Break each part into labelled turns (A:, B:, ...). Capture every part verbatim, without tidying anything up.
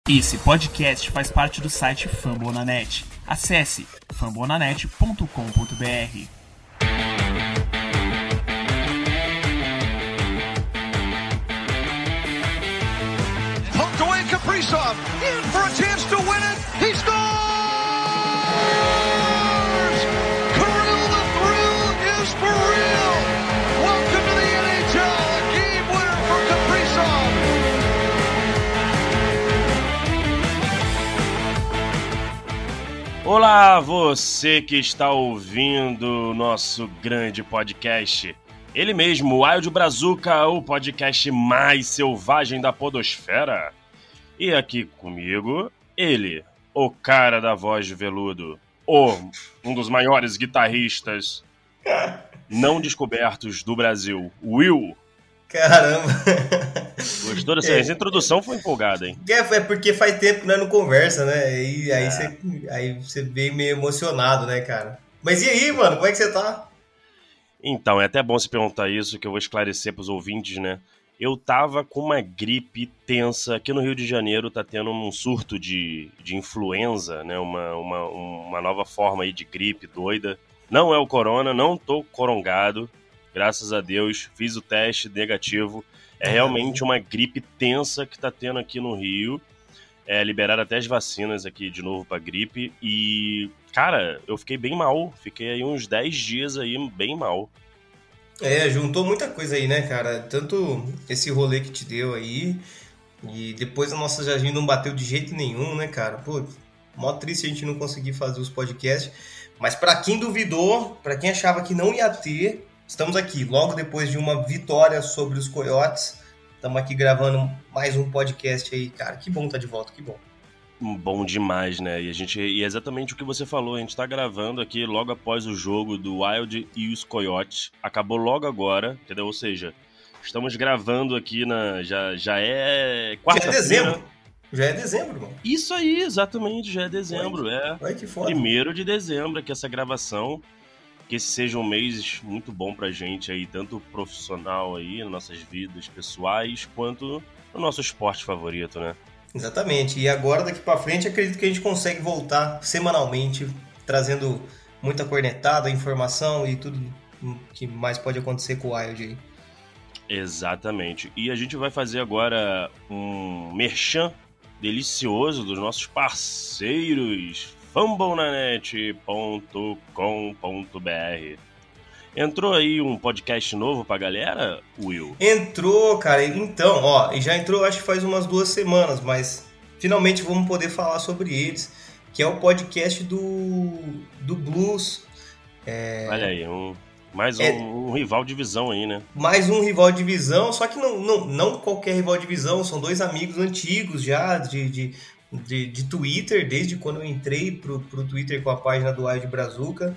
A: Esse podcast faz parte do site Fambonanet. Acesse fambonanet ponto com ponto b r.
B: Poked away Kaprizov, in for a chance to win it. He scores! Kirill, the thrill is for real. Welcome to the N H L, a game winner for Kaprizov.
C: Olá, você que está ouvindo o nosso grande podcast. Ele mesmo, o Wild Brazuca, o podcast mais selvagem da podosfera. E aqui comigo, ele, o cara da voz de veludo, o, um dos maiores guitarristas não descobertos do Brasil, Will.
D: Caramba!
C: Gostou dessa é, essa introdução? Foi empolgada, hein?
D: É, é porque faz tempo que nós não conversa, né? E aí, é. você, aí você veio meio emocionado, né, cara? Mas e aí, mano? Como é que você tá?
C: Então, é até bom se perguntar isso, que eu vou esclarecer pros ouvintes, né? Eu tava com uma gripe tensa. Aqui no Rio de Janeiro tá tendo um surto de, de influenza, né? Uma, uma, uma nova forma aí de gripe doida. Não é o corona, não tô corongado. Graças a Deus, fiz o teste negativo. É realmente uma gripe tensa que tá tendo aqui no Rio. É, liberaram até as vacinas aqui de novo pra gripe. E, cara, eu fiquei bem mal. Fiquei aí uns dez dias aí bem mal.
D: É, juntou muita coisa aí, né, cara? Tanto esse rolê que te deu aí, e depois a nossa jardim não bateu de jeito nenhum, né, cara? Pô, mó triste a gente não conseguir fazer os podcasts. Mas pra quem duvidou, pra quem achava que não ia ter, estamos aqui, logo depois de uma vitória sobre os Coyotes. Estamos aqui gravando mais um podcast aí, cara. Que bom tá de volta, que bom.
C: Bom demais, né? E, a gente, e é exatamente o que você falou, a gente tá gravando aqui logo após o jogo do Wild e os Coyotes. Acabou logo agora, entendeu? Ou seja, estamos gravando aqui na... Já, já é quarta-feira.
D: Já é dezembro. Já é dezembro, irmão.
C: Isso aí, exatamente, já é dezembro.
D: Oi,
C: é
D: Oi, que foda.
C: Primeiro de dezembro aqui essa gravação. Que esse seja um mês muito bom pra gente aí, tanto profissional aí, nas nossas vidas pessoais, quanto no nosso esporte favorito, né?
D: Exatamente. E agora, daqui pra frente, acredito que a gente consegue voltar semanalmente, trazendo muita cornetada, informação e tudo que mais pode acontecer com o Wild aí.
C: Exatamente. E a gente vai fazer agora um merchan delicioso dos nossos parceiros, fambonanet ponto com ponto b r. Entrou aí um podcast novo pra galera, Will?
D: Entrou, cara. Então, ó, e já entrou acho que faz umas duas semanas, mas finalmente vamos poder falar sobre eles, que é o podcast do, do Blues. É...
C: Olha aí, um, mais um,
D: é...
C: um rival de divisão aí, né?
D: Mais um rival de divisão, só que não, não, não qualquer rival de divisão, são dois amigos antigos já de... de... De, de Twitter, desde quando eu entrei pro, pro Twitter com a página do Wild Brazuca.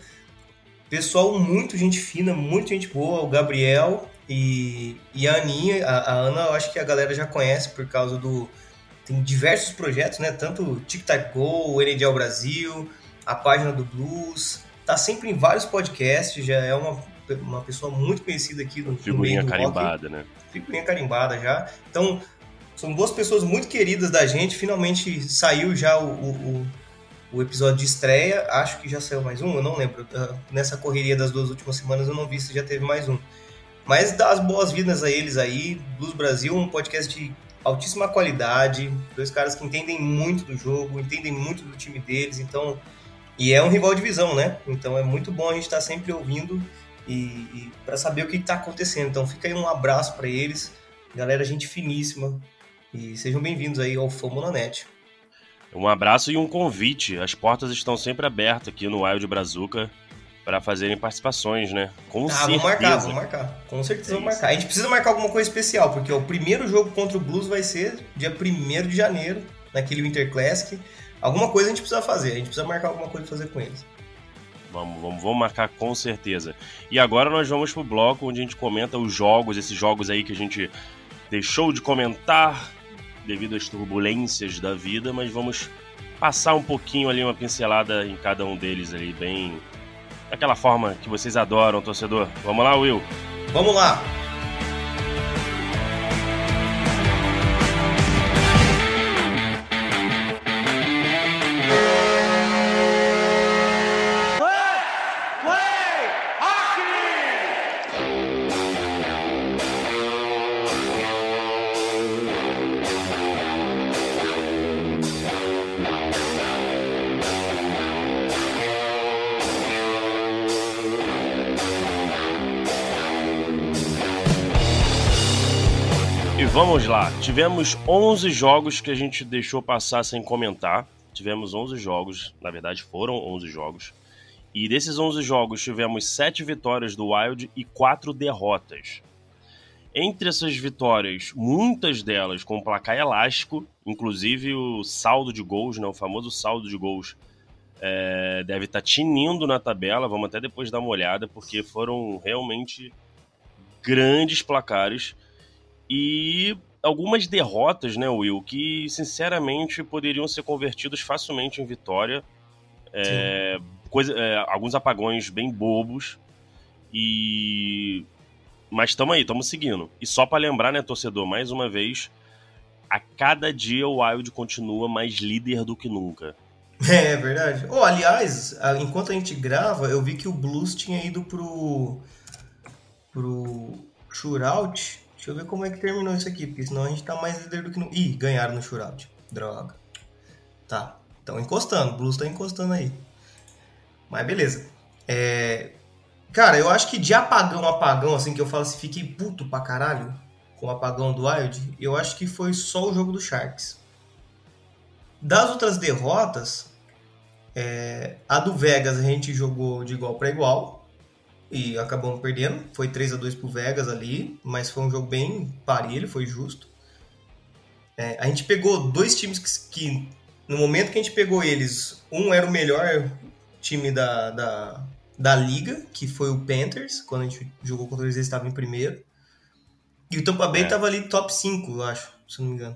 D: Pessoal muito gente fina, muito gente boa, o Gabriel e, e a Aninha. A, a Ana eu acho que a galera já conhece por causa do... Tem diversos projetos, né? Tanto Tic Tac Go, o N H L Brasil, a página do Blues. Tá sempre em vários podcasts, já é uma, uma pessoa muito conhecida aqui no,
C: Figurinha
D: no meio do
C: carimbada,
D: rock.
C: né?
D: Figurinha carimbada já. Então... São duas pessoas muito queridas da gente. Finalmente saiu já o, o, o episódio de estreia. Acho que já saiu mais um, eu não lembro. Nessa correria das duas últimas semanas eu não vi se já teve mais um. Mas dá as boas-vindas a eles aí. Blues Brasil, um podcast de altíssima qualidade. Dois caras que entendem muito do jogo, entendem muito do time deles. Então, e é um rival de divisão, né? Então é muito bom a gente estar sempre ouvindo e, e para saber o que está acontecendo. Então fica aí um abraço para eles. Galera, gente finíssima. E sejam bem-vindos aí ao Fambonanet.
C: Um abraço e um convite. As portas estão sempre abertas aqui no Wild Brazuca para fazerem participações, né? Com
D: ah,
C: certeza.
D: vamos marcar, vamos marcar. Com certeza
C: é
D: vamos marcar. A gente precisa marcar alguma coisa especial, porque ó, o primeiro jogo contra o Blues vai ser dia primeiro de janeiro, naquele Winter Classic. Alguma coisa a gente precisa fazer, a gente precisa marcar alguma coisa para fazer com eles.
C: Vamos, vamos, vamos marcar com certeza. E agora nós vamos pro bloco onde a gente comenta os jogos, esses jogos aí que a gente deixou de comentar devido às turbulências da vida, mas vamos passar um pouquinho ali, uma pincelada em cada um deles ali, bem... daquela forma que vocês adoram, torcedor. Vamos lá, Will?
D: Vamos lá!
C: vamos lá. Tivemos onze jogos que a gente deixou passar sem comentar. Tivemos onze jogos, na verdade foram onze jogos. E desses onze jogos tivemos sete vitórias do Wild e quatro derrotas. Entre essas vitórias, muitas delas com placar elástico, inclusive o saldo de gols, né, o famoso saldo de gols, é, deve estar tinindo na tabela. Vamos até depois dar uma olhada, porque foram realmente grandes placares. E algumas derrotas, né, Will, que sinceramente poderiam ser convertidas facilmente em vitória. É, coisa, é, alguns apagões bem bobos. E... Mas estamos aí, estamos seguindo. E só para lembrar, né, torcedor, mais uma vez, a cada dia o Wild continua mais líder do que nunca.
D: É, é verdade. Oh, aliás, enquanto a gente grava, eu vi que o Blues tinha ido pro... pro shootout. Deixa eu ver como é que terminou isso aqui, porque senão a gente tá mais líder do que nunca. Ih, ganharam no shootout. Droga. Tá, estão encostando. O Blues tá encostando aí. Mas beleza. É... Cara, eu acho que de apagão a apagão, assim, que eu falo assim, fiquei puto pra caralho com o apagão do Wild, eu acho que foi só o jogo do Sharks. Das outras derrotas, é, a do Vegas a gente jogou de igual para igual e acabamos perdendo. Foi três a dois pro Vegas ali, mas foi um jogo bem parelho, foi justo. É, a gente pegou dois times que, que, no momento que a gente pegou eles, um era o melhor time da... da da liga, que foi o Panthers, quando a gente jogou contra eles, eles estavam em primeiro. E o Tampa Bay é. tava ali top cinco, eu acho, se não me engano.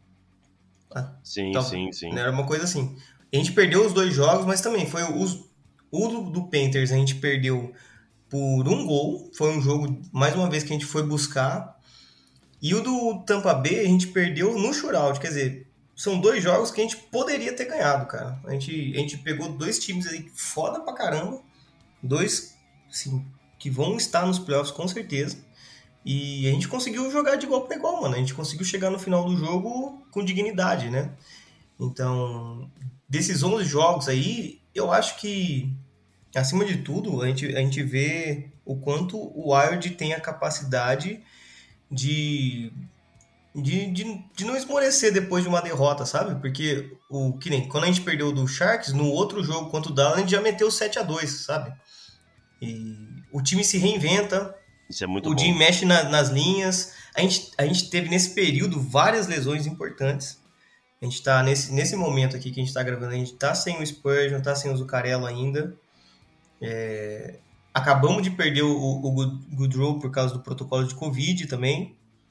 D: Ah,
C: sim,
D: top,
C: sim, sim.
D: Era uma coisa assim. A gente perdeu os dois jogos, mas também foi os, o do, do Panthers, a gente perdeu por um gol. Foi um jogo, mais uma vez, que a gente foi buscar. E o do Tampa Bay, a gente perdeu no shootout. Quer dizer, são dois jogos que a gente poderia ter ganhado, cara. A gente, a gente pegou dois times aí foda pra caramba. Dois, sim, que vão estar nos playoffs com certeza. E a gente conseguiu jogar de igual para igual, mano. A gente conseguiu chegar no final do jogo com dignidade, né? Então, desses onze jogos aí, eu acho que, acima de tudo, a gente, a gente vê o quanto o Wild tem a capacidade de, de, de, de não esmorecer depois de uma derrota, sabe? Porque, o, que nem, quando a gente perdeu do Sharks, no outro jogo contra o Dallas, a gente já meteu sete a dois, sabe? E o time se reinventa,
C: Isso é muito
D: o
C: bom.
D: time mexe na, nas linhas. A gente, a gente teve nesse período várias lesões importantes. A gente tá nesse, nesse momento aqui que a gente tá gravando, a gente tá sem o Spurgeon, tá sem o Zuccarello ainda. É, acabamos de perder o, o Goodrow por causa do protocolo de Covid também.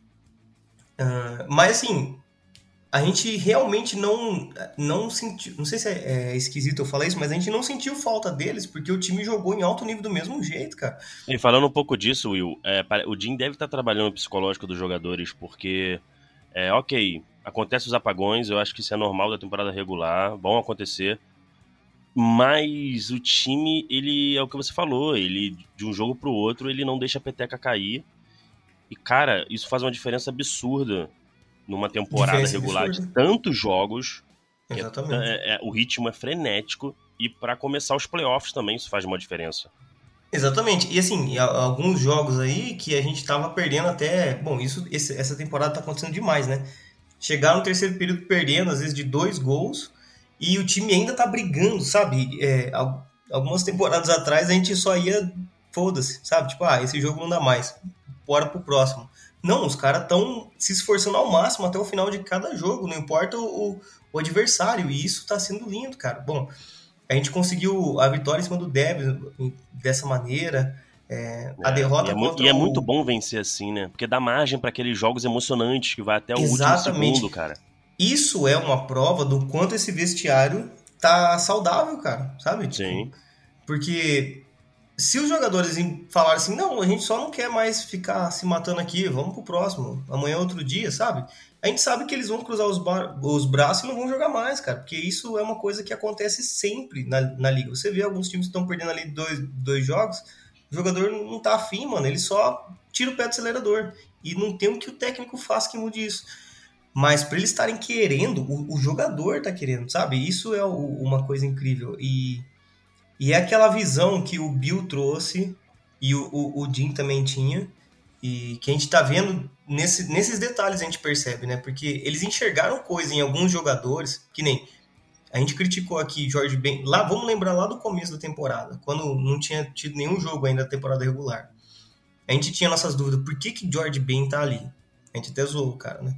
D: Uh, mas assim, a gente realmente não, não sentiu, não sei se é, é esquisito eu falar isso, mas a gente não sentiu falta deles, porque o time jogou em alto nível do mesmo jeito, cara.
C: E falando um pouco disso, Will, é, o Jim deve estar trabalhando o psicológico dos jogadores, porque, é, ok, acontece os apagões, eu acho que isso é normal da temporada regular, vão acontecer, mas o time, ele, é o que você falou, ele, de um jogo pro outro, ele não deixa a peteca cair, e, cara, isso faz uma diferença absurda numa temporada diferença regular absurda. De tantos jogos.
D: Exatamente.
C: É, é, o ritmo é frenético e para começar os playoffs também isso faz uma diferença.
D: Exatamente. E assim, alguns jogos aí que a gente tava perdendo até... Bom, isso, esse, essa temporada tá acontecendo demais, né? Chegar no terceiro período perdendo, às vezes de dois gols, e o time ainda tá brigando, sabe? É, algumas temporadas atrás a gente só ia... Foda-se, sabe? Tipo, ah, esse jogo não dá mais. Bora pro próximo. Não, os caras estão se esforçando ao máximo até o final de cada jogo, não importa o, o adversário, e isso tá sendo lindo, cara. Bom, a gente conseguiu a vitória em cima do Devils dessa maneira, é, a é, derrota
C: e é,
D: contra
C: e é
D: o...
C: muito bom vencer assim, né? Porque dá margem para aqueles jogos emocionantes que vai até o
D: Exatamente.
C: último segundo, cara.
D: Isso é uma prova do quanto esse vestiário tá saudável, cara, sabe? Tipo,
C: sim.
D: Porque... Se os jogadores falarem assim, não, a gente só não quer mais ficar se matando aqui, vamos pro próximo, amanhã é outro dia, sabe? A gente sabe que eles vão cruzar os, bar- os braços e não vão jogar mais, cara, porque isso é uma coisa que acontece sempre na, na liga. Você vê alguns times que estão perdendo ali dois, dois jogos, o jogador não tá afim, mano, ele só tira o pé do acelerador. E não tem o que o técnico faça que mude isso. Mas para eles estarem querendo, o, o jogador tá querendo, sabe? Isso é o, uma coisa incrível. E... E é aquela visão que o Bill trouxe e o, o, o Jim também tinha, e que a gente tá vendo nesse, nesses detalhes, a gente percebe, né? Porque eles enxergaram coisa em alguns jogadores, que nem a gente criticou aqui George Ben, lá, vamos lembrar lá do começo da temporada, quando não tinha tido nenhum jogo ainda da temporada regular. A gente tinha nossas dúvidas, por que que George Ben tá ali? A gente até zoou o cara, né?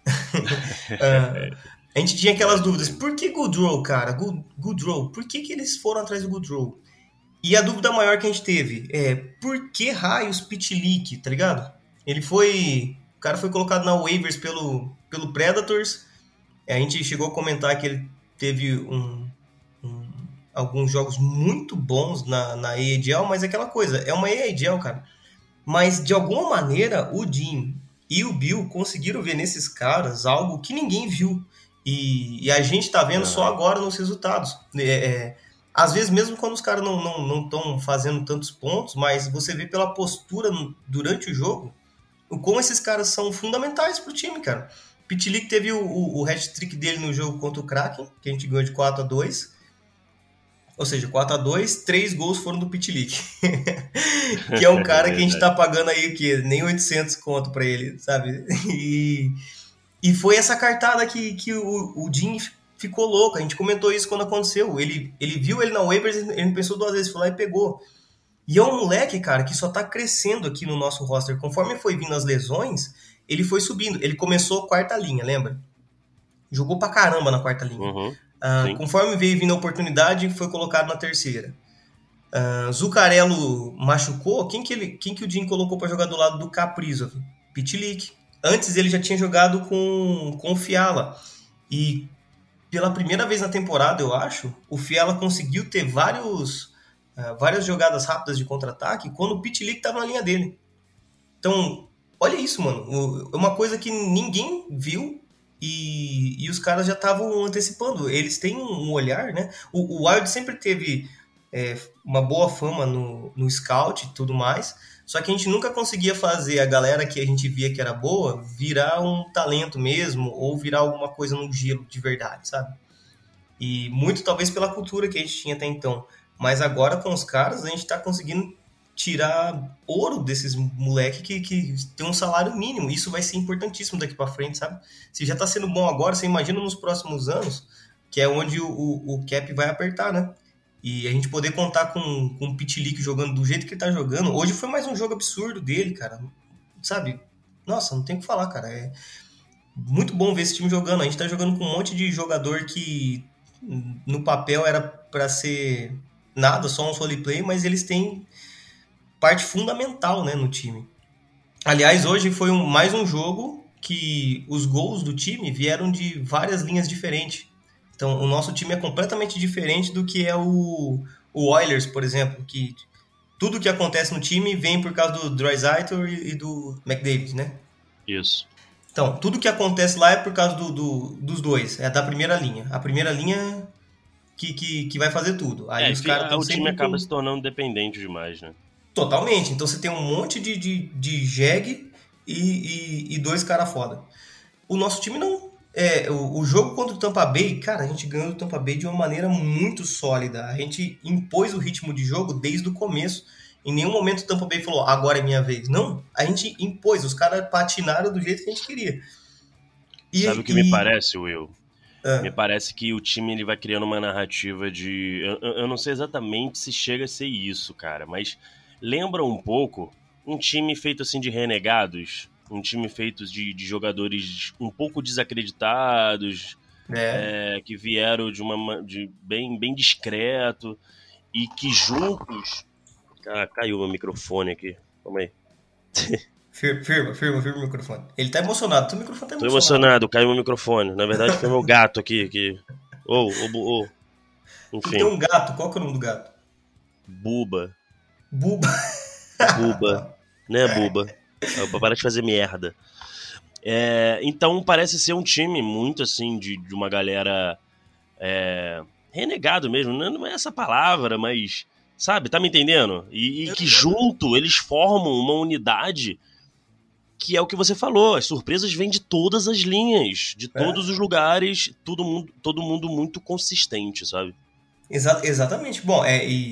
D: uh, a gente tinha aquelas dúvidas, por que Goodrow, cara? Good, Goodrow, por que que eles foram atrás do Goodrow? E a dúvida maior que a gente teve é, por que raios Pitlick, tá ligado? Ele foi, o cara foi colocado na waivers pelo, pelo Predators, a gente chegou a comentar que ele teve um, um, alguns jogos muito bons na, na A H L, mas é aquela coisa, é uma A H L, cara. Mas, de alguma maneira, o Jim e o Bill conseguiram ver nesses caras algo que ninguém viu. E, e a gente tá vendo só agora nos resultados. É, é, às vezes, mesmo quando os caras não estão não, não fazendo tantos pontos, mas você vê pela postura durante o jogo, o como esses caras são fundamentais pro time, cara. Pitlick teve o, o, o hat-trick dele no jogo contra o Kraken, que a gente ganhou de quatro a dois. Ou seja, quatro a dois, três gols foram do Pitlick. Que é um cara que a gente tá pagando aí o quê? Nem oitocentos conto pra ele, sabe? E, e foi essa cartada que, que o, o Jim ficou louco. A gente comentou isso quando aconteceu. Ele, ele viu ele na waivers, ele não pensou duas vezes, foi lá e pegou. E é um moleque, cara, que só tá crescendo aqui no nosso roster. Conforme foi vindo as lesões, ele foi subindo. Ele começou quarta linha, lembra? Jogou pra caramba na quarta linha.
C: Uhum,
D: uh, conforme veio vindo a oportunidade, foi colocado na terceira. Uh, Zuccarello machucou. Quem que, ele, quem que o Jim colocou pra jogar do lado do Kaprizov? Pitlick. Antes ele já tinha jogado com, com o Fiala. E pela primeira vez na temporada, eu acho, o Fiala conseguiu ter vários, uh, várias jogadas rápidas de contra-ataque quando o Pitlick tava na linha dele. Então, olha isso, mano. É uma coisa que ninguém viu e, e os caras já estavam antecipando. Eles têm um olhar, né? O, o Wild sempre teve é, uma boa fama no, no scout e tudo mais, só que a gente nunca conseguia fazer a galera que a gente via que era boa virar um talento mesmo ou virar alguma coisa no gelo de verdade, sabe? E muito talvez pela cultura que a gente tinha até então. Mas agora com os caras a gente tá conseguindo tirar ouro desses moleques que, que tem um salário mínimo. Isso vai ser importantíssimo daqui pra frente, sabe? Se já tá sendo bom agora, você imagina nos próximos anos, que é onde o, o, o cap vai apertar, né? E a gente poder contar com, com o Pitlick jogando do jeito que ele tá jogando. Hoje foi mais um jogo absurdo dele, cara. Sabe? Nossa, não tem o que falar, cara. É muito bom ver esse time jogando. A gente tá jogando com um monte de jogador que no papel era pra ser nada, só um solo play, mas eles têm parte fundamental, né, no time. Aliás, hoje foi um, mais um jogo que os gols do time vieram de várias linhas diferentes. Então, o nosso time é completamente diferente do que é o, o Oilers, por exemplo, que tudo que acontece no time vem por causa do Draisaitl e, e do McDavid, né?
C: Isso.
D: Então, tudo que acontece lá é por causa do, do, dos dois, é da primeira linha. A primeira linha que, que, que vai fazer tudo. Aí
C: é,
D: os caras
C: o time acaba
D: com...
C: se tornando dependente demais, né?
D: Totalmente. Então você tem um monte de, de, de jegue e, e, e dois caras foda. O nosso time não... É, o, o jogo contra o Tampa Bay, cara, a gente ganhou o Tampa Bay de uma maneira muito sólida. A gente impôs o ritmo de jogo desde o começo. Em nenhum momento o Tampa Bay falou, agora é minha vez. Não, a gente impôs. Os caras patinaram do jeito que a gente queria. E,
C: Sabe o que
D: e...
C: me parece, Will?
D: Ah.
C: Me parece que o time ele vai criando uma narrativa de... Eu, eu não sei exatamente se chega a ser isso, cara, mas lembra um pouco um time feito assim de renegados, um time feito de, de jogadores um pouco desacreditados,
D: É.
C: É, que vieram de uma de bem, bem discreto e que juntos... Ah, caiu meu microfone aqui. Calma aí.
D: Firma, firma, firma, firma o microfone. Ele tá emocionado, teu microfone tá
C: Tô
D: emocionado.
C: emocionado, caiu meu microfone. Na verdade foi meu gato aqui. que Ou, ou, ou.
D: Tu
C: Enfim.
D: tem um gato, qual que é o nome do gato?
C: Buba.
D: Buba.
C: Buba. Né, Buba? Para de fazer merda. É, então parece ser um time muito assim de, de uma galera é, renegado mesmo. Não é essa palavra, mas... Sabe, tá me entendendo? E, e que junto eles formam uma unidade que é o que você falou. As surpresas vêm de todas as linhas, de todos é. os lugares, todo mundo, todo mundo muito consistente, sabe?
D: Exa- exatamente. Bom, é, e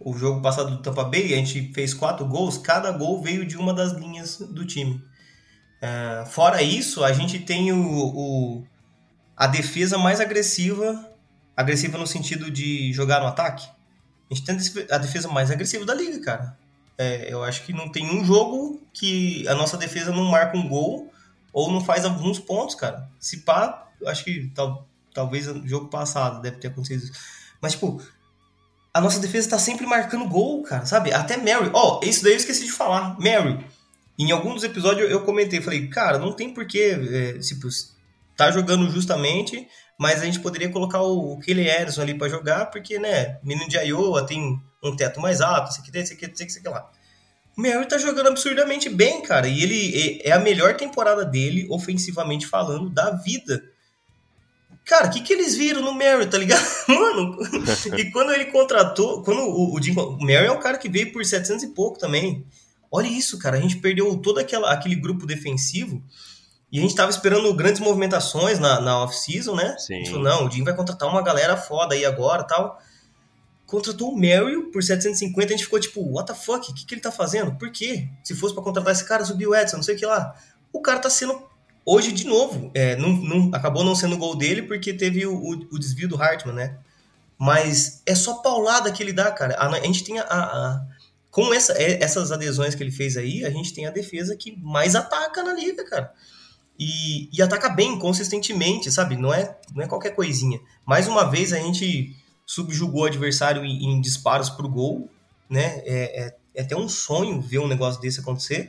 D: o jogo passado do Tampa Bay, a gente fez quatro gols, cada gol veio de uma das linhas do time. Uh, fora isso, a gente tem o, o, a defesa mais agressiva, agressiva no sentido de jogar no ataque. A gente tem a defesa mais agressiva da liga, cara. É, eu acho que não tem um jogo que a nossa defesa não marca um gol ou não faz alguns pontos, cara. Se pá, eu acho que tal, talvez no jogo passado deve ter acontecido isso. Mas, tipo, a nossa defesa tá sempre marcando gol, cara, sabe? Até Mary. Ó, oh, isso daí eu esqueci de falar. Mary. Em alguns episódios eu comentei, falei, cara, não tem porquê, é, tipo, tá jogando justamente, mas a gente poderia colocar o, o Kelly Harrison ali pra jogar, porque, né, menino de Iowa tem um teto mais alto, isso aqui, isso aqui, isso aqui, isso aqui lá. O Mary tá jogando absurdamente bem, cara, e ele é, é a melhor temporada dele, ofensivamente falando, da vida. Cara, o que que eles viram no Mary, tá ligado? Mano, e quando ele contratou, quando o, o Jim, o Mary é o cara que veio por setecentos e pouco também. Olha isso, cara, a gente perdeu todo aquela, aquele grupo defensivo e a gente tava esperando grandes movimentações na, na off-season, né?
C: Sim.
D: A gente falou, não, o Jim vai contratar uma galera foda aí agora e tal. Contratou o Merrill por setecentos e cinquenta, a gente ficou tipo, what the fuck, o que, que ele tá fazendo? Por quê? Se fosse pra contratar esse cara, subiu o Edson, não sei o que lá. O cara tá sendo, hoje de novo, é, não, não, acabou não sendo o gol dele porque teve o, o, o desvio do Hartman, né? Mas é só paulada que ele dá, cara. A, a gente tem a... a, a com essa, essas adesões que ele fez aí, a gente tem a defesa que mais ataca na liga, cara. E, e ataca bem, consistentemente, sabe? Não é, não é qualquer coisinha. Mais uma vez, a gente subjugou o adversário em, em disparos pro gol, né? É, é, é até um sonho ver um negócio desse acontecer.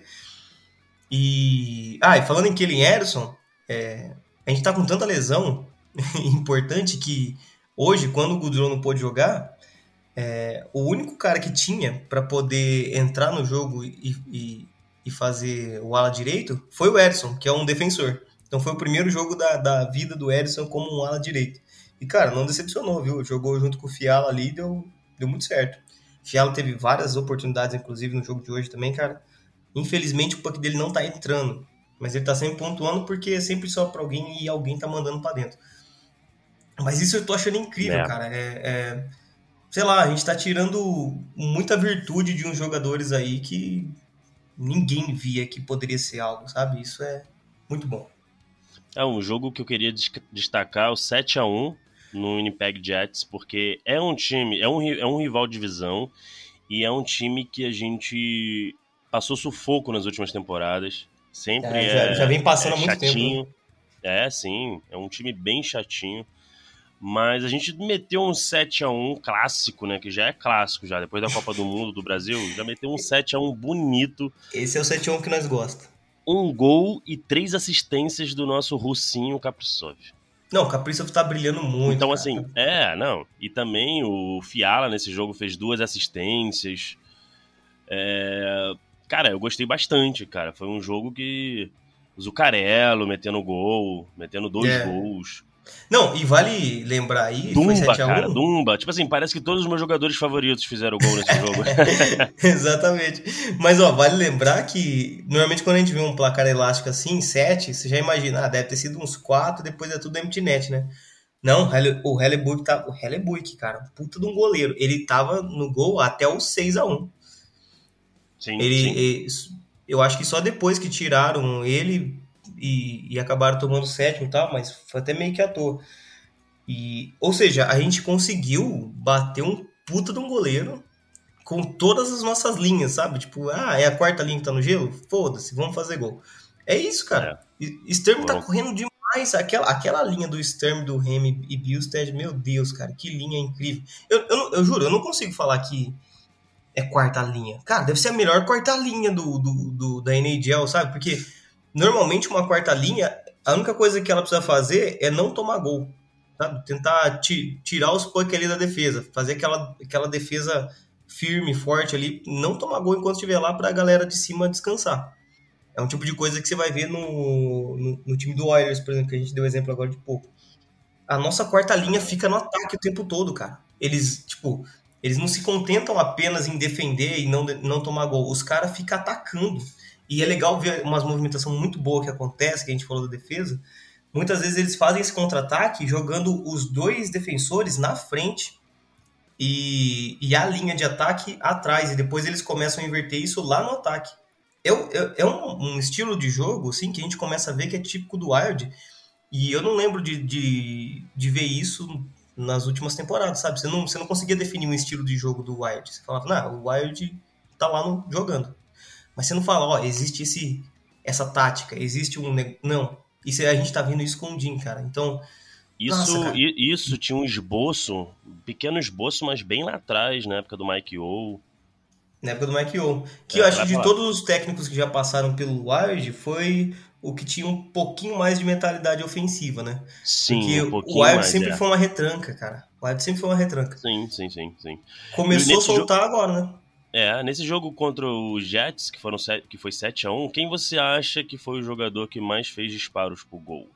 D: E... Ah, e falando em Kelly Harrison, é, a gente tá com tanta lesão importante que hoje, quando o Goodrow não pôde jogar... É, o único cara que tinha para poder entrar no jogo e, e, e fazer o ala direito foi o Edson, que é um defensor. Então foi o primeiro jogo da, da vida do Edson como um ala direito. E, cara, não decepcionou, viu? Jogou junto com o Fiala ali e deu, deu muito certo. O Fiala teve várias oportunidades, inclusive, no jogo de hoje também, cara. Infelizmente, o puck dele não tá entrando. Mas ele tá sempre pontuando porque é sempre só pra alguém e alguém tá mandando pra dentro. Mas isso eu tô achando incrível, é. cara. É... é... Sei lá, a gente tá tirando muita virtude de uns jogadores aí que ninguém via que poderia ser algo, sabe? Isso é muito bom.
C: É um jogo que eu queria destacar, o sete a um no Winnipeg Jets, porque é um time, é um, é um rival de divisão e é um time que a gente passou sufoco nas últimas temporadas. Sempre é,
D: já,
C: é,
D: já vem passando
C: é
D: há muito
C: chatinho.
D: tempo.
C: Né? É, sim, é um time bem chatinho. Mas a gente meteu um sete a um clássico, né? Que já é clássico, já. Depois da Copa do Mundo do Brasil, já meteu um sete a um bonito.
D: Esse é o sete a um que nós gostamos.
C: Um gol e três assistências do nosso russinho Kaprizov.
D: Não, o Kaprizov tá brilhando muito.
C: Então,
D: cara.
C: assim, é, não. E também o Fiala nesse jogo fez duas assistências. É... Cara, eu gostei bastante, cara. Foi um jogo que... O Zuccarello metendo gol, metendo dois
D: é.
C: gols.
D: Não, e vale lembrar aí,
C: Dumba,
D: foi sete a um.
C: Cara, Dumba. Tipo assim, parece que todos os meus jogadores favoritos fizeram gol nesse jogo.
D: Exatamente. Mas, ó, vale lembrar que, normalmente quando a gente vê um placar elástico assim, sete, você já imagina, ah, deve ter sido uns quatro, depois é tudo empty net, né? Não, o Hellebuck tá... O Hellebuck, cara, puta de um goleiro. Ele tava no gol até o seis a um.
C: Sim,
D: ele,
C: sim.
D: Ele, eu acho que só depois que tiraram ele... E, e acabaram tomando o sétimo e tal, mas foi até meio que à toa. E, ou seja, a gente conseguiu bater um puta de um goleiro com todas as nossas linhas, sabe? Tipo, ah, é a quarta linha que tá no gelo? Foda-se, vamos fazer gol. É isso, cara. É. Sturm tá correndo demais. Aquela, aquela linha do Sturm, do Remy e Bjugstad, meu Deus, cara, que linha incrível. Eu, eu, eu juro, eu não consigo falar que é quarta linha. Cara, deve ser a melhor quarta linha do, do, do, da N H L, sabe? Porque... Normalmente, uma quarta linha, a única coisa que ela precisa fazer é não tomar gol, sabe? Tentar ti- tirar os pucks ali da defesa, fazer aquela, aquela defesa firme, forte ali, não tomar gol enquanto estiver lá para a galera de cima descansar. É um tipo de coisa que você vai ver no, no, no time do Oilers, por exemplo, que a gente deu exemplo agora de pouco. A nossa quarta linha fica no ataque o tempo todo, cara. Eles, tipo, eles não se contentam apenas em defender e não, não tomar gol. Os caras ficam atacando. E é legal ver umas movimentações muito boas que acontece, que a gente falou da defesa. Muitas vezes eles fazem esse contra-ataque jogando os dois defensores na frente e, e a linha de ataque atrás, e depois eles começam a inverter isso lá no ataque. É, é, é um, um estilo de jogo assim, que a gente começa a ver que é típico do Wild, e eu não lembro de, de, de ver isso nas últimas temporadas, sabe? Você não, você não conseguia definir um estilo de jogo do Wild. Você falava, não, o Wild tá lá no, jogando. Mas você não fala, ó, existe esse, essa tática, existe um... Não, isso, a gente tá vendo isso com o Jim, cara. Então,
C: Isso,
D: nossa,
C: i- isso tinha um esboço, um pequeno esboço, mas bem lá atrás, na época do Mike O.
D: na época do Mike O. Que
C: É,
D: eu acho
C: vai
D: que de
C: falar.
D: todos os técnicos que já passaram pelo Wild, foi o que tinha um pouquinho mais de mentalidade ofensiva, né?
C: Sim,
D: Porque
C: um
D: o
C: pouquinho
D: Wild
C: mais,
D: sempre
C: é.
D: foi uma retranca, cara. O Wild sempre foi uma retranca.
C: Sim, sim, sim, sim.
D: Começou
C: E
D: a
C: nesse
D: soltar agora, né?
C: É, nesse jogo contra os Jets, que, foram sete, que foi sete a um, quem você acha que foi o jogador que mais fez disparos pro gol?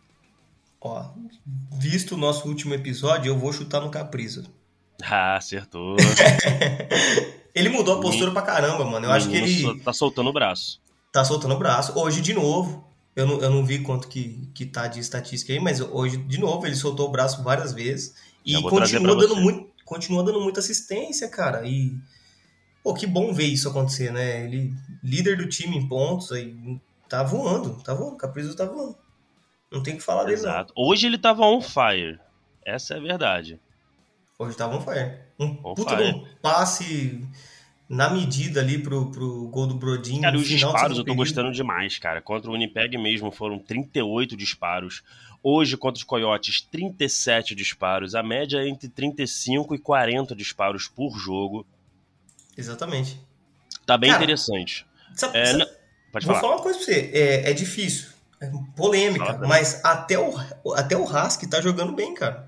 D: Ó, visto o nosso último episódio, eu vou chutar no Caprizo.
C: Ah, acertou.
D: Ele mudou a postura pra caramba, mano. Eu
C: O
D: acho que
C: menino
D: ele
C: so- tá soltando o braço.
D: tá soltando o braço. Hoje, de novo, eu não, eu não vi quanto que, que tá de estatística aí, mas hoje, de novo, ele soltou o braço várias vezes.
C: Já
D: E
C: vou trazer
D: continua
C: pra
D: dando,
C: você.
D: muito, continua dando muita assistência, cara. E, pô, que bom ver isso acontecer, né? Ele, líder do time em pontos, aí, tá voando, tá voando. O Caprizo tá voando. Não tem o que falar dele, não.
C: Exato. Hoje ele tava on fire. Essa é a verdade.
D: Hoje tava on fire. Um
C: On
D: puta
C: fire.
D: de um passe na medida ali pro, pro gol do Brodinho.
C: Cara,
D: no
C: os
D: final do
C: disparos
D: segundo
C: eu tô
D: período.
C: gostando demais, cara. Contra o Winnipeg mesmo foram trinta e oito disparos. Hoje, contra os Coyotes, trinta e sete disparos. A média é entre trinta e cinco e quarenta disparos por jogo.
D: Exatamente.
C: Tá bem
D: Cara,
C: interessante.
D: Sabe,
C: É,
D: sabe-
C: na- Pode
D: vou
C: falar.
D: falar uma coisa pra você. É, é difícil. É polêmica.
C: Fala pra mim.
D: Mas até o, até o Husky tá jogando bem, cara.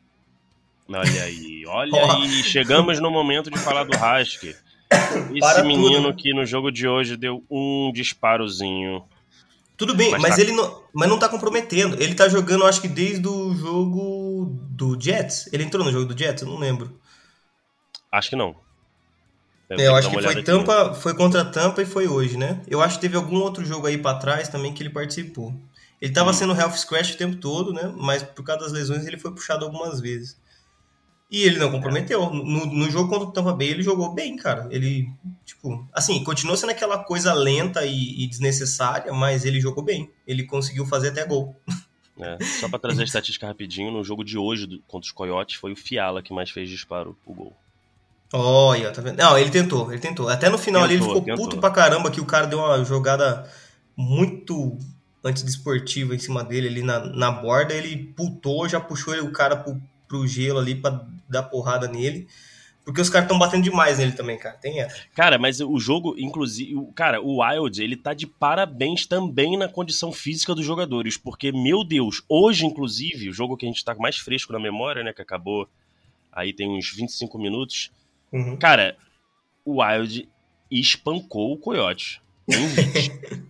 C: Olha aí, olha
D: Ó.
C: aí. Chegamos no momento de falar do Husky. Esse
D: Para tudo,
C: menino
D: né?
C: que no jogo de hoje deu um disparozinho.
D: Tudo bem,
C: Mas
D: mas,
C: tá-
D: ele não, mas não tá comprometendo. Ele tá jogando, acho que desde o jogo do Jets. Ele entrou no jogo do Jets? Eu não lembro.
C: Acho que não. Eu,
D: É,
C: tenho
D: eu
C: que
D: acho
C: dar uma
D: que foi
C: olhada aqui, né?
D: Tampa, foi contra a Tampa e foi hoje, né? Eu acho que teve algum outro jogo aí pra trás também que ele participou. Ele tava
C: Hum.
D: sendo health scratch o tempo todo, né? Mas por causa das lesões ele foi puxado algumas vezes. E ele não comprometeu. No, no jogo contra o Tampa Bay ele jogou bem, cara. Ele, tipo, assim, continuou sendo aquela coisa lenta e, e desnecessária, mas ele jogou bem. Ele conseguiu fazer até gol.
C: É, só pra trazer a estatística rapidinho, no jogo de hoje do- contra os Coyotes foi o Fiala que mais fez disparo o gol.
D: Olha, tá vendo? Não, ele tentou, ele tentou. Até no final ali ele
C: Tentou,
D: ficou
C: tentou.
D: puto pra caramba que o cara deu uma jogada muito antidesportiva em cima dele ali na, na borda. Ele putou, já puxou ele- o cara pro, pro gelo ali pra dar porrada nele. Porque os caras estão batendo demais nele também, cara. Tem essa.
C: Cara, mas o jogo, inclusive, o- cara, o Wild, ele tá de parabéns também na condição física dos jogadores, porque, meu Deus, hoje, inclusive, o jogo que a gente tá mais fresco na memória, né, que acabou aí tem uns vinte e cinco minutos,
D: Uhum.
C: cara, o Wild espancou o Coyote. Em hit.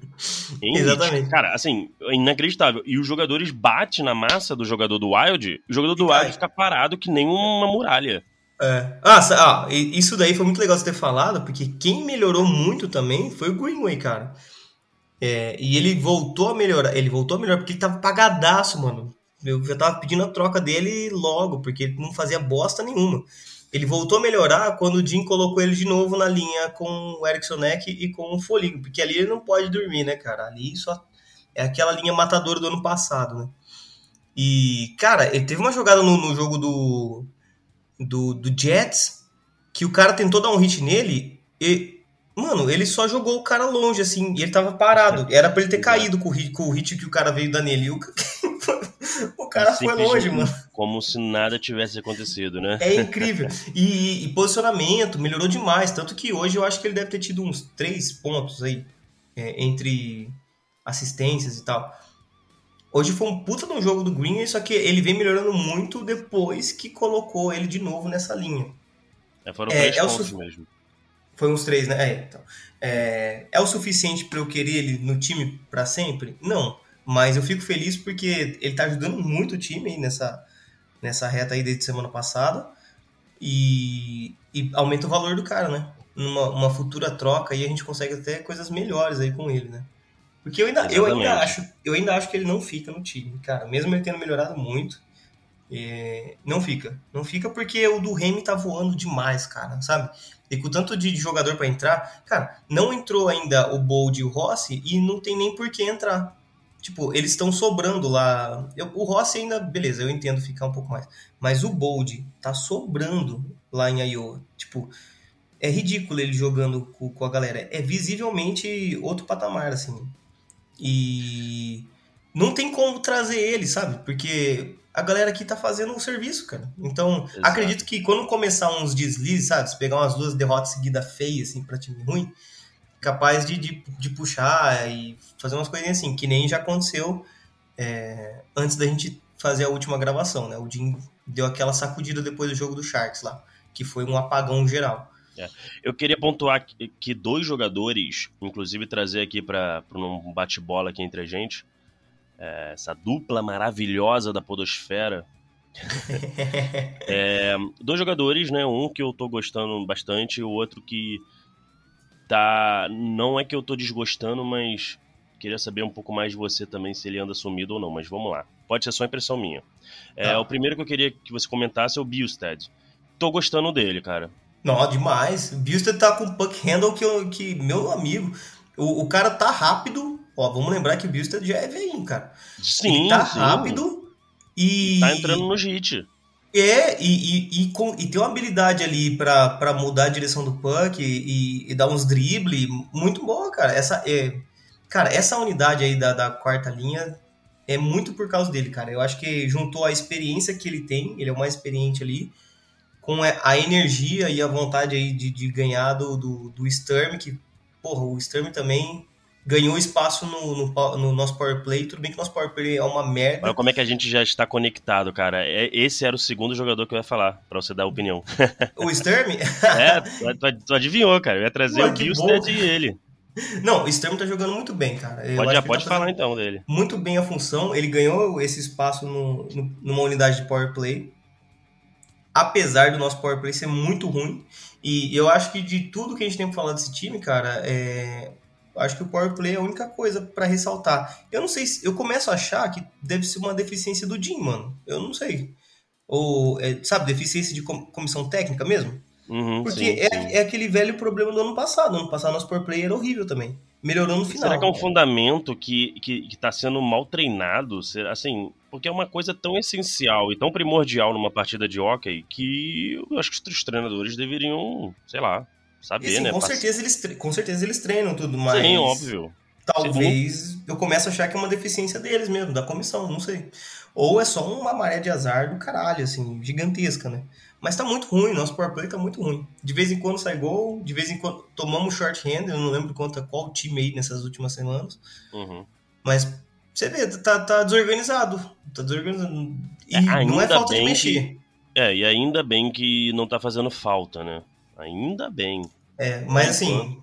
C: Em
D: Exatamente.
C: hit. Cara, assim, é inacreditável. E os jogadores batem na massa do jogador do Wild, o jogador do
D: E cai.
C: Wild fica parado que nem uma muralha.
D: É. Ah, sa- ah, e- isso daí foi muito legal você ter falado, porque quem melhorou muito também foi o Greenway, cara. É, e ele voltou a melhorar, ele voltou a melhorar porque ele tava pagadaço, mano. Eu já tava pedindo a troca dele logo, porque ele não fazia bosta nenhuma. Ele voltou a melhorar quando o Jim colocou ele de novo na linha com o Erickson Neck e com o Foligno, porque ali ele não pode dormir, né, cara? Ali só é aquela linha matadora do ano passado, né? E, cara, ele teve uma jogada no, no jogo do, do, do Jets que o cara tentou dar um hit nele e, mano, ele só jogou o cara longe, assim, e ele tava parado. Era pra ele ter
C: Exato.
D: caído com o hit, com o hit que o cara veio dar nele. E o, o cara foi longe, mano.
C: Como se nada tivesse acontecido, né?
D: É incrível. E, e posicionamento melhorou demais. Tanto que hoje eu acho que ele deve ter tido uns três pontos aí, é, entre assistências e tal. Hoje foi um puta de um jogo do Green, só que ele vem melhorando muito depois que colocou ele de novo nessa linha.
C: É, foram
D: É,
C: três
D: é o
C: pontos
D: su-
C: mesmo.
D: Foi uns três, né? É, então. É, é o suficiente pra eu querer ele no time pra sempre? Não. Mas eu fico feliz porque ele tá ajudando muito o time aí nessa, nessa reta aí desde semana passada. E, e aumenta o valor do cara, né? Numa uma futura troca aí a gente consegue até coisas melhores aí com ele, né? Porque eu ainda, eu ainda
C: Exatamente.
D: acho, eu ainda acho que ele não fica no time, cara. Mesmo ele tendo melhorado muito, É, não fica. Não fica porque o do Remy tá voando demais, cara, sabe? E com tanto de jogador pra entrar, cara, não entrou ainda o Bold e o Rossi e não tem nem por que entrar. Tipo, eles estão sobrando lá. Eu, o Rossi ainda, beleza, eu entendo ficar um pouco mais. Mas o Bold tá sobrando lá em Iowa. Tipo, é ridículo ele jogando com, com a galera. É visivelmente outro patamar, assim. E não tem como trazer ele, sabe? Porque a galera aqui tá fazendo o serviço, cara. Então,
C: Exato.
D: acredito que quando começar uns deslizes, sabe? Se pegar umas duas derrotas seguidas feias, assim, pra time ruim, capaz de, de, de puxar e fazer umas coisinhas assim, que nem já aconteceu é, antes da gente fazer a última gravação, né? O Jim deu aquela sacudida depois do jogo do Sharks lá, que foi um apagão geral.
C: É. Eu queria pontuar que, que dois jogadores, inclusive trazer aqui para um bate-bola aqui entre a gente, é, essa dupla maravilhosa da podosfera. é, dois jogadores, né? Um que eu tô gostando bastante e o outro que tá... Não é que eu tô desgostando, mas queria saber um pouco mais de você também, se ele anda sumido ou não, mas vamos lá. Pode ser só impressão minha. É,
D: Tá.
C: O primeiro que eu queria que você comentasse é o Bjugstad. Tô gostando dele, cara.
D: Não, demais. O Bjugstad tá com o puck handle que, eu, que meu amigo, o, o cara tá rápido. Ó, vamos lembrar que o Bjugstad já é velhinho, cara.
C: Sim,
D: Ele tá
C: sim.
D: rápido e...
C: Tá entrando nos hits.
D: É, e, e, e, com, e tem uma habilidade ali pra, pra mudar a direção do puck e, e dar uns dribles muito boa, cara. Essa, é, cara, essa unidade aí da, da quarta linha é muito por causa dele, cara. Eu acho que juntou a experiência que ele tem, ele é o mais experiente ali, com a energia e a vontade aí de, de ganhar do, do, do Sturm, que, porra, o Sturm também ganhou espaço no, no, no nosso power play. Tudo bem que nosso power play é uma merda.
C: Olha como é que a gente já está conectado, cara. É, esse era o segundo jogador que eu ia falar, pra você dar a opinião.
D: O Sturm?
C: É, tu, tu adivinhou, cara. Eu ia trazer
D: Ué,
C: o
D: que
C: Bjugstad
D: bom.
C: e ele.
D: Não, o Sturm tá jogando muito bem, cara. Eu
C: Pode,
D: acho
C: já
D: que
C: pode
D: ele tá
C: falar
D: fazendo
C: então dele.
D: muito bem a função. Ele ganhou esse espaço no, no, numa unidade de power play. Apesar do nosso power play ser muito ruim. E eu acho que de tudo que a gente tem pra falar desse time, cara, é... acho que o power play é a única coisa pra ressaltar. Eu não sei se... Eu começo a achar que deve ser uma deficiência do Jim, mano. Eu não sei. Ou, é, sabe, deficiência de com- comissão técnica mesmo?
C: Uhum,
D: Porque
C: sim,
D: é,
C: sim.
D: é aquele velho problema do ano passado. No ano passado, nosso power play era horrível também. Melhorou no final.
C: Será que é um fundamento que, que, que tá sendo mal treinado? Será- Assim, porque é uma coisa tão essencial e tão primordial numa partida de hóquei que eu acho que os treinadores deveriam, sei lá, saber,
D: E, sim,
C: né?
D: com,
C: Pass-
D: certeza eles tre- com certeza eles treinam tudo, mas
C: Sim, óbvio.
D: talvez eu comece a achar que é uma deficiência deles mesmo, da comissão, não sei. Ou é só uma maré de azar do caralho, assim, gigantesca, né? Mas tá muito ruim, nosso power play tá muito ruim. De vez em quando sai gol, de vez em quando tomamos short-hand, eu não lembro contra qual time aí nessas últimas semanas.
C: Uhum.
D: Mas você vê, tá, tá desorganizado. Tá desorganizado. E
C: É,
D: não é
C: ainda
D: falta de
C: bem
D: mexer.
C: que- É, e ainda bem que não tá fazendo falta, né? Ainda bem.
D: É, mas
C: Por
D: assim,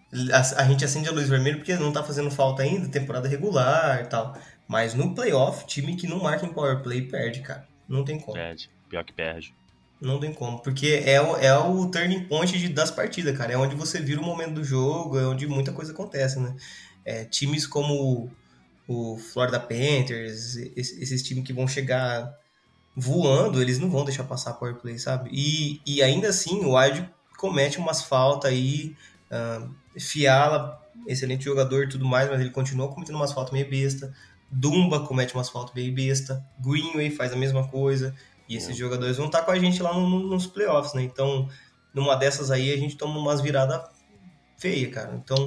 D: a, a gente acende a luz vermelha porque não tá fazendo falta ainda, temporada regular e tal. Mas no playoff, time que não marca em power play perde, cara. Não tem como.
C: Perde. Pior que perde.
D: Não tem como. Porque é, o- é o turning point de- das partidas, cara. É onde você vira o momento do jogo, é onde muita coisa acontece, né? É, times como o, o Florida Panthers, esses, esses times que vão chegar voando, eles não vão deixar passar power play, sabe? E, e ainda assim, o Wild comete umas faltas aí. Uh, Fiala, excelente jogador e tudo mais, mas ele continua cometendo umas faltas meio besta. Dumba comete umas faltas meio besta. Greenway faz a mesma coisa. E esses
C: É.
D: jogadores vão estar com a gente lá no- no- nos playoffs, né? Então, numa dessas aí, a gente toma umas viradas feias, cara. Então,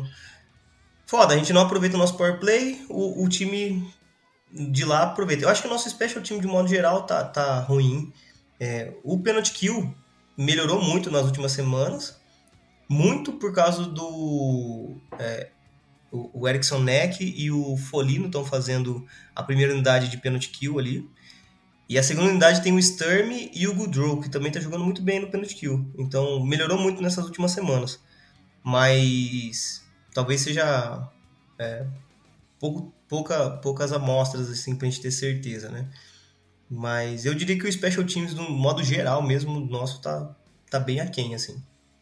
D: foda, a gente não aproveita o nosso power play, o, o time de lá aproveita. Eu acho que o nosso special team, de modo geral, tá, tá ruim. É, o penalty kill melhorou muito nas últimas semanas, muito por causa do... É, o, o Erickson Neck e o Folino estão fazendo a primeira unidade de penalty kill ali. E a segunda unidade tem o Sturm e o Goodrow, que também tá jogando muito bem no penalty kill. Então, melhorou muito nessas últimas semanas. Mas talvez seja é, pouco, pouca, poucas amostras assim, pra gente ter certeza, né? Mas eu diria que o Special Teams, no modo geral mesmo, nosso tá, tá bem aquém, assim.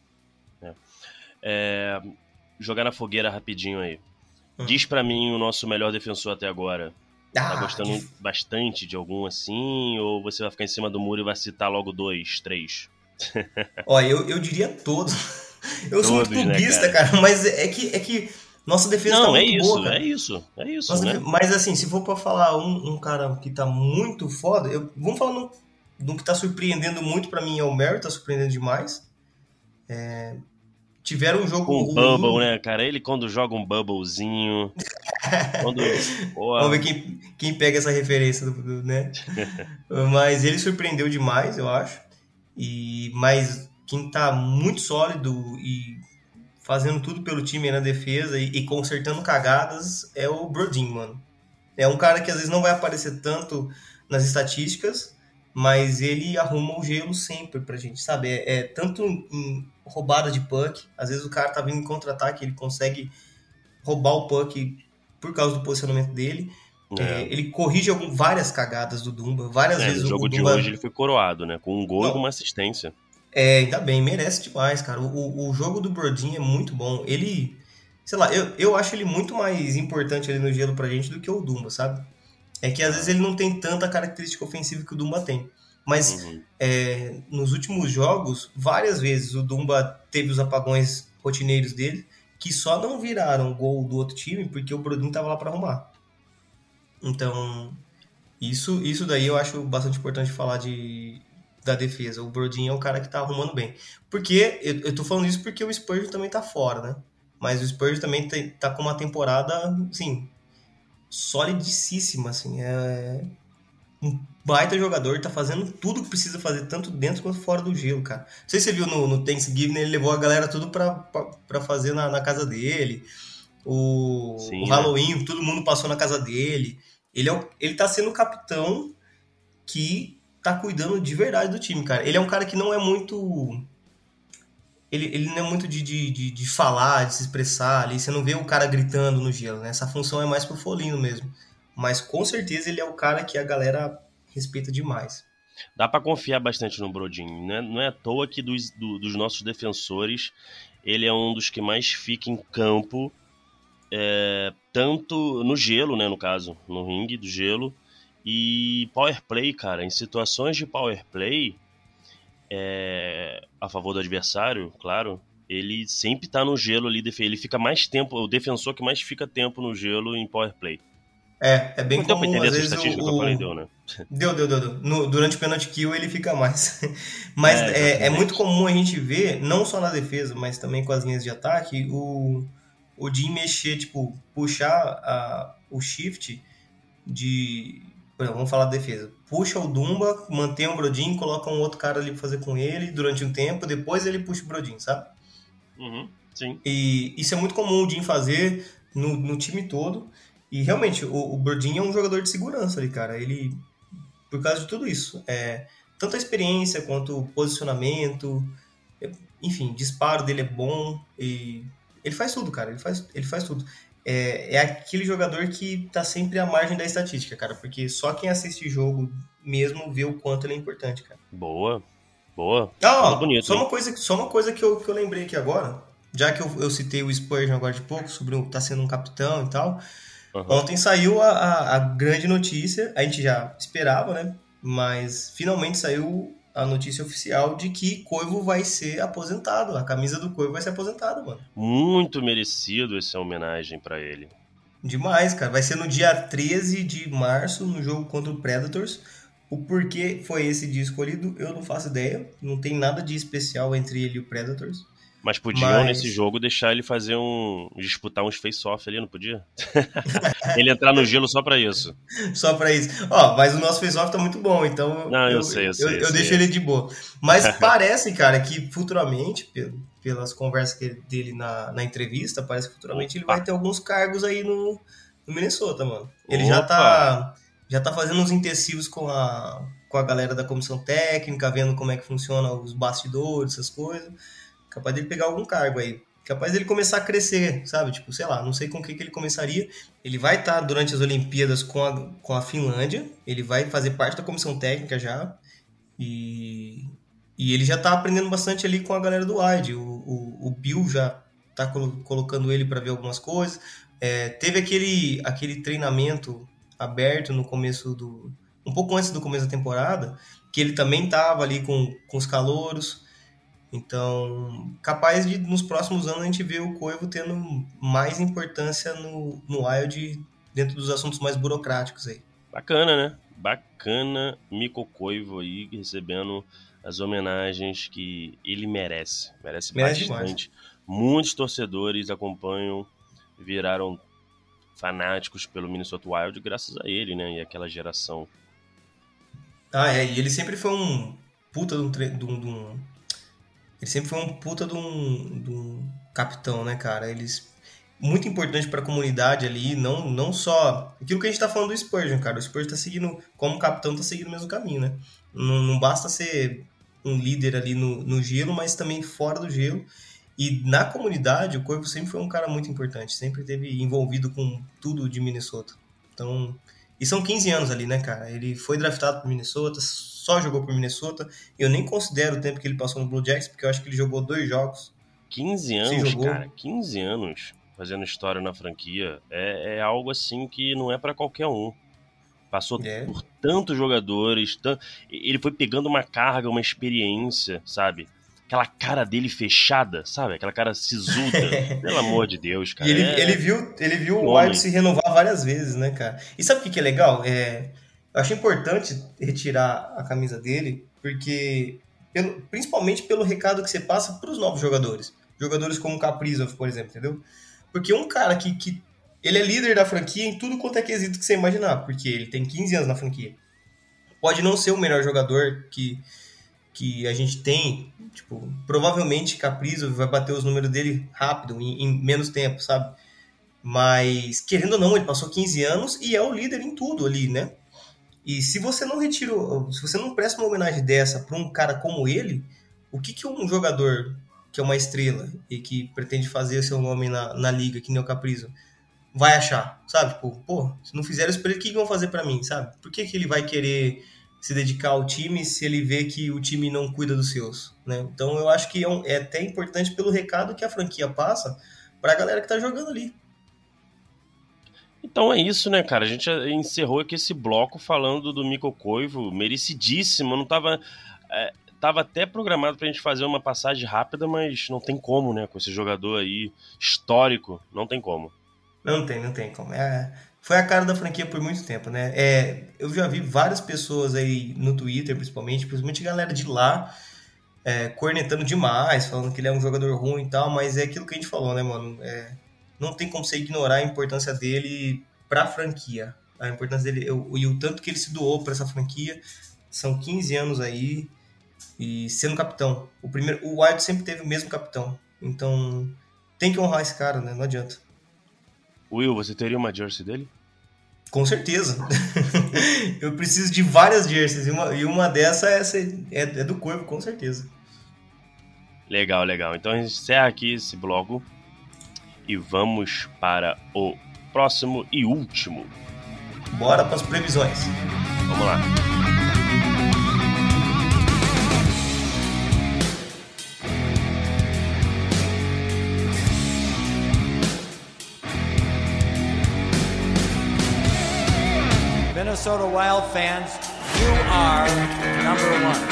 C: É, jogar na fogueira rapidinho aí.
D: Hum.
C: Diz pra mim o nosso melhor defensor até agora. Tá
D: Ah,
C: gostando
D: dif-
C: bastante de algum assim? Ou você vai ficar em cima do muro e vai citar logo dois, três?
D: Ó, eu, eu diria todos. Eu sou muito
C: Todos, né,
D: clubista,
C: cara?
D: cara, mas é que, é que nossa defesa tá
C: Não, é
D: muito boa,
C: isso, é
D: cara.
C: isso, é isso,
D: Nossa
C: né?
D: defe- Mas assim, se for pra falar um, um cara que tá muito foda, eu, vamos falar no, no que tá surpreendendo muito pra mim é o Mary, tá surpreendendo demais. É, tiveram um jogo
C: Com um bubble,
D: ruim.
C: né, cara? Ele quando joga um bubblezinho, quando...
D: Vamos ver
C: Pô,
D: quem, quem pega essa referência, do, do- né? Mas ele surpreendeu demais, eu acho. E, mas quem tá muito sólido e fazendo tudo pelo time aí na defesa e, e consertando cagadas é o Brodin, mano. É um cara que às vezes não vai aparecer tanto nas estatísticas, mas ele arruma o gelo sempre pra gente, sabe? É, é tanto em roubada de puck, às vezes o cara tá vindo em contra-ataque, ele consegue roubar o puck por causa do posicionamento dele. É,
C: é.
D: ele corrige algum, várias cagadas do Dumba, várias
C: É,
D: vezes
C: no
D: o, o
C: jogo de
D: Dumba...
C: hoje ele foi coroado, né? Com um gol e com
D: Não,
C: uma assistência.
D: é, ainda bem, merece demais, cara. O, o jogo do Brodin é muito bom. Ele, sei lá, eu, eu acho ele muito mais importante ali no gelo pra gente do que o Dumba, sabe? É que às vezes
C: Ah,
D: ele não tem tanta característica ofensiva que o Dumba tem. Mas
C: uhum.
D: é, nos últimos jogos, várias vezes o Dumba teve os apagões rotineiros dele, que só não viraram gol do outro time porque o Brodin tava lá pra arrumar. Então, isso, isso daí eu acho bastante importante falar de, da defesa. O Brodin é o cara que tá arrumando bem. Porque, eu, eu tô falando isso porque o Spurgeon também tá fora, né? Mas o Spurgeon também tem, tá com uma temporada, assim, solidíssima, assim. É um baita jogador, tá fazendo tudo que precisa fazer, tanto dentro quanto fora do gelo, cara. Não sei se você viu no, no Thanksgiving, ele levou a galera tudo pra, pra, pra fazer na, na casa dele. O, o
C: Sim, né?
D: Halloween, todo mundo passou na casa dele. Ele, é o, ele tá sendo o capitão que tá cuidando de verdade do time, cara. Ele é um cara que não é muito... Ele, ele não é muito de, de, de, de falar, de se expressar ali. Você não vê o cara gritando no gelo, né? Essa função é mais pro Folino mesmo. Mas com certeza ele é o cara que a galera respeita demais.
C: Dá pra confiar bastante no Brodin. Não é, não é à toa que dos, do- dos nossos defensores, ele é um dos que mais fica em campo, é, tanto no gelo, né, no caso, no ringue do gelo, e power play, cara. Em situações de power play, é, a favor do adversário, claro, ele sempre tá no gelo ali, defe- ele fica mais tempo, o defensor que mais fica tempo no gelo em power play.
D: É, é bem
C: Não deu pra
D: comum,
C: entender
D: às
C: essa
D: vezes, o...
C: estatística que eu falei,
D: o-
C: deu, né?
D: Deu, deu, deu. deu. No- durante o penalty kill ele fica mais. Mas
C: É,
D: é, é muito
C: exatamente.
D: comum a gente ver, não só na defesa, mas também com as linhas de ataque, o, o Jim mexer, tipo, puxar a, o shift de... Por exemplo, vamos falar da defesa. Puxa o Dumba, mantém o Brodin, coloca um outro cara ali pra fazer com ele durante um tempo, depois ele puxa o Brodin, sabe?
C: Uhum, sim.
D: E isso é muito comum o Jim fazer no, no time todo. E realmente, o, o Brodin é um jogador de segurança ali, cara. Ele, por causa de tudo isso, é, tanto a experiência quanto o posicionamento, é, enfim, disparo dele é bom e ele faz tudo, cara. Ele faz, ele faz tudo. É, é aquele jogador que tá sempre à margem da estatística, cara, porque só quem assiste jogo mesmo vê o quanto ele é importante, cara.
C: Boa, boa.
D: Ah,
C: Falou
D: ó,
C: bonito,
D: só
C: hein?
D: uma coisa, só uma coisa que, eu, que eu lembrei aqui agora, já que eu, eu citei o Spurgeon agora de pouco, sobre o tá sendo um capitão e tal.
C: Aham.
D: Ontem saiu a, a, a grande notícia, a gente já esperava, né? Mas finalmente saiu a notícia oficial de que Koivu vai ser aposentado. A camisa do Koivu vai ser aposentada, mano.
C: Muito merecido essa homenagem pra ele.
D: Demais, cara. Vai ser no dia treze de março, no jogo contra o Predators. O porquê foi esse dia escolhido, eu não faço ideia. Não tem nada de especial entre ele e o Predators.
C: Mas podiam,
D: Mas
C: nesse jogo, deixar ele fazer um... disputar uns face-off ali, não podia? Ele entrar no gelo só pra isso.
D: só pra isso. Ó, mas o nosso face-off tá muito bom, então
C: Não, eu
D: eu,
C: sei, eu
D: eu,
C: sei,
D: eu,
C: eu sei.
D: deixo ele de boa. Mas parece, cara, que futuramente, pelo- pelas conversas que ele- dele na, na entrevista, parece que futuramente ele
C: Opa.
D: vai ter alguns cargos aí no, no Minnesota, mano. Ele já
C: Opa.
D: tá, já tá fazendo uns intensivos com a, com a galera da comissão técnica, vendo como é que funciona os bastidores, essas coisas. Capaz dele pegar algum cargo aí. Capaz dele começar a crescer, sabe? Tipo, sei lá, não sei com o que, que ele começaria. Ele vai estar durante as Olimpíadas com a, com a Finlândia. Ele vai fazer parte da comissão técnica já. E, e ele já tá aprendendo bastante ali com a galera do Wide. O, o, o Bill já tá colo- colocando ele para ver algumas coisas. É, teve aquele, aquele treinamento aberto no começo do... um pouco antes do começo da temporada, que ele também estava ali com, com os calouros. Então, capaz de, nos próximos anos, a gente ver o Koivu tendo mais importância no, no Wild dentro dos assuntos mais burocráticos aí.
C: Bacana, né? Bacana, Mikko Koivu aí recebendo as homenagens que ele merece. Merece, merece bastante. Demais. Muitos torcedores acompanham, viraram fanáticos pelo Minnesota Wild graças a ele, né? E aquela geração.
D: Ah, é. E ele sempre foi um puta de um... Tre... De um, de um... Ele sempre foi um puta de um, de um capitão, né, cara? Eles... Muito importante para a comunidade ali, não, não só... Aquilo que a gente tá falando do Spurgeon, cara. O Spurgeon tá seguindo, como capitão, tá seguindo o mesmo caminho, né? Não, não basta ser um líder ali no, no gelo, mas também fora do gelo. E na comunidade, o Koivu sempre foi um cara muito importante. Sempre esteve envolvido com tudo de Minnesota. Então... E são quinze anos ali, né, cara? Ele foi draftado por Minnesota, só jogou por Minnesota. Eu nem considero o tempo que ele passou no Blue Jackets, porque eu acho que ele jogou dois jogos.
C: quinze anos, cara. quinze anos fazendo história na franquia. É, é algo assim que não é pra qualquer um. Passou é. por tantos jogadores. Tant... Ele foi pegando uma carga, uma experiência, sabe? Aquela cara dele fechada, sabe? Aquela cara sisuda. Pelo amor de Deus, cara.
D: E ele,
C: é...
D: ele viu, ele viu o Wild se renovar várias vezes, né, cara? E sabe o que, que é legal? É, eu acho importante retirar a camisa dele, porque pelo, principalmente pelo recado que você passa para os novos jogadores. Jogadores como o Kaprizov, por exemplo, entendeu? Porque um cara que, que... Ele é líder da franquia em tudo quanto é quesito que você imaginar, porque ele tem quinze anos na franquia. Pode não ser o melhor jogador que... que a gente tem, tipo, provavelmente Kaprizov vai bater os números dele rápido, em, em menos tempo, sabe? Mas, querendo ou não, ele passou quinze anos e é o líder em tudo ali, né? E se você não retira, se você não presta uma homenagem dessa para um cara como ele, o que que um jogador que é uma estrela e que pretende fazer seu nome na, na liga, que nem o Kaprizov, vai achar, sabe? Tipo, pô, se não fizeram isso pra ele, o que que vão fazer pra mim, sabe? Por que que ele vai querer se dedicar ao time se ele vê que o time não cuida dos seus, né? Então eu acho que é, um, é até importante pelo recado que a franquia passa pra galera que tá jogando ali.
C: Então é isso, né, cara? A gente encerrou aqui esse bloco falando do Mikko Koivu, merecidíssimo. Não tava, é, tava até programado pra gente fazer uma passagem rápida, mas não tem como, né? Com esse jogador aí histórico, não tem como.
D: Não tem, não tem como. É... Foi a cara da franquia por muito tempo, né? É, eu já vi várias pessoas aí no Twitter, principalmente, principalmente galera de lá, é, cornetando demais, falando que ele é um jogador ruim e tal, mas é aquilo que a gente falou, né, mano? É, não tem como você ignorar a importância dele pra franquia. A importância dele eu, e o tanto que ele se doou pra essa franquia. São quinze anos aí e sendo capitão. O, primeiro, o Wild sempre teve o mesmo capitão. Então tem que honrar esse cara, né? Não adianta.
C: Will, você teria uma jersey dele?
D: Com certeza. Eu preciso de várias jerseys e uma, e uma dessas é, é, é do Koivu, com certeza.
C: Legal, legal. Então a gente encerra aqui esse bloco e vamos para o próximo e último.
D: Bora para as previsões.
C: Vamos lá.
E: Minnesota Wild fans, you are number one.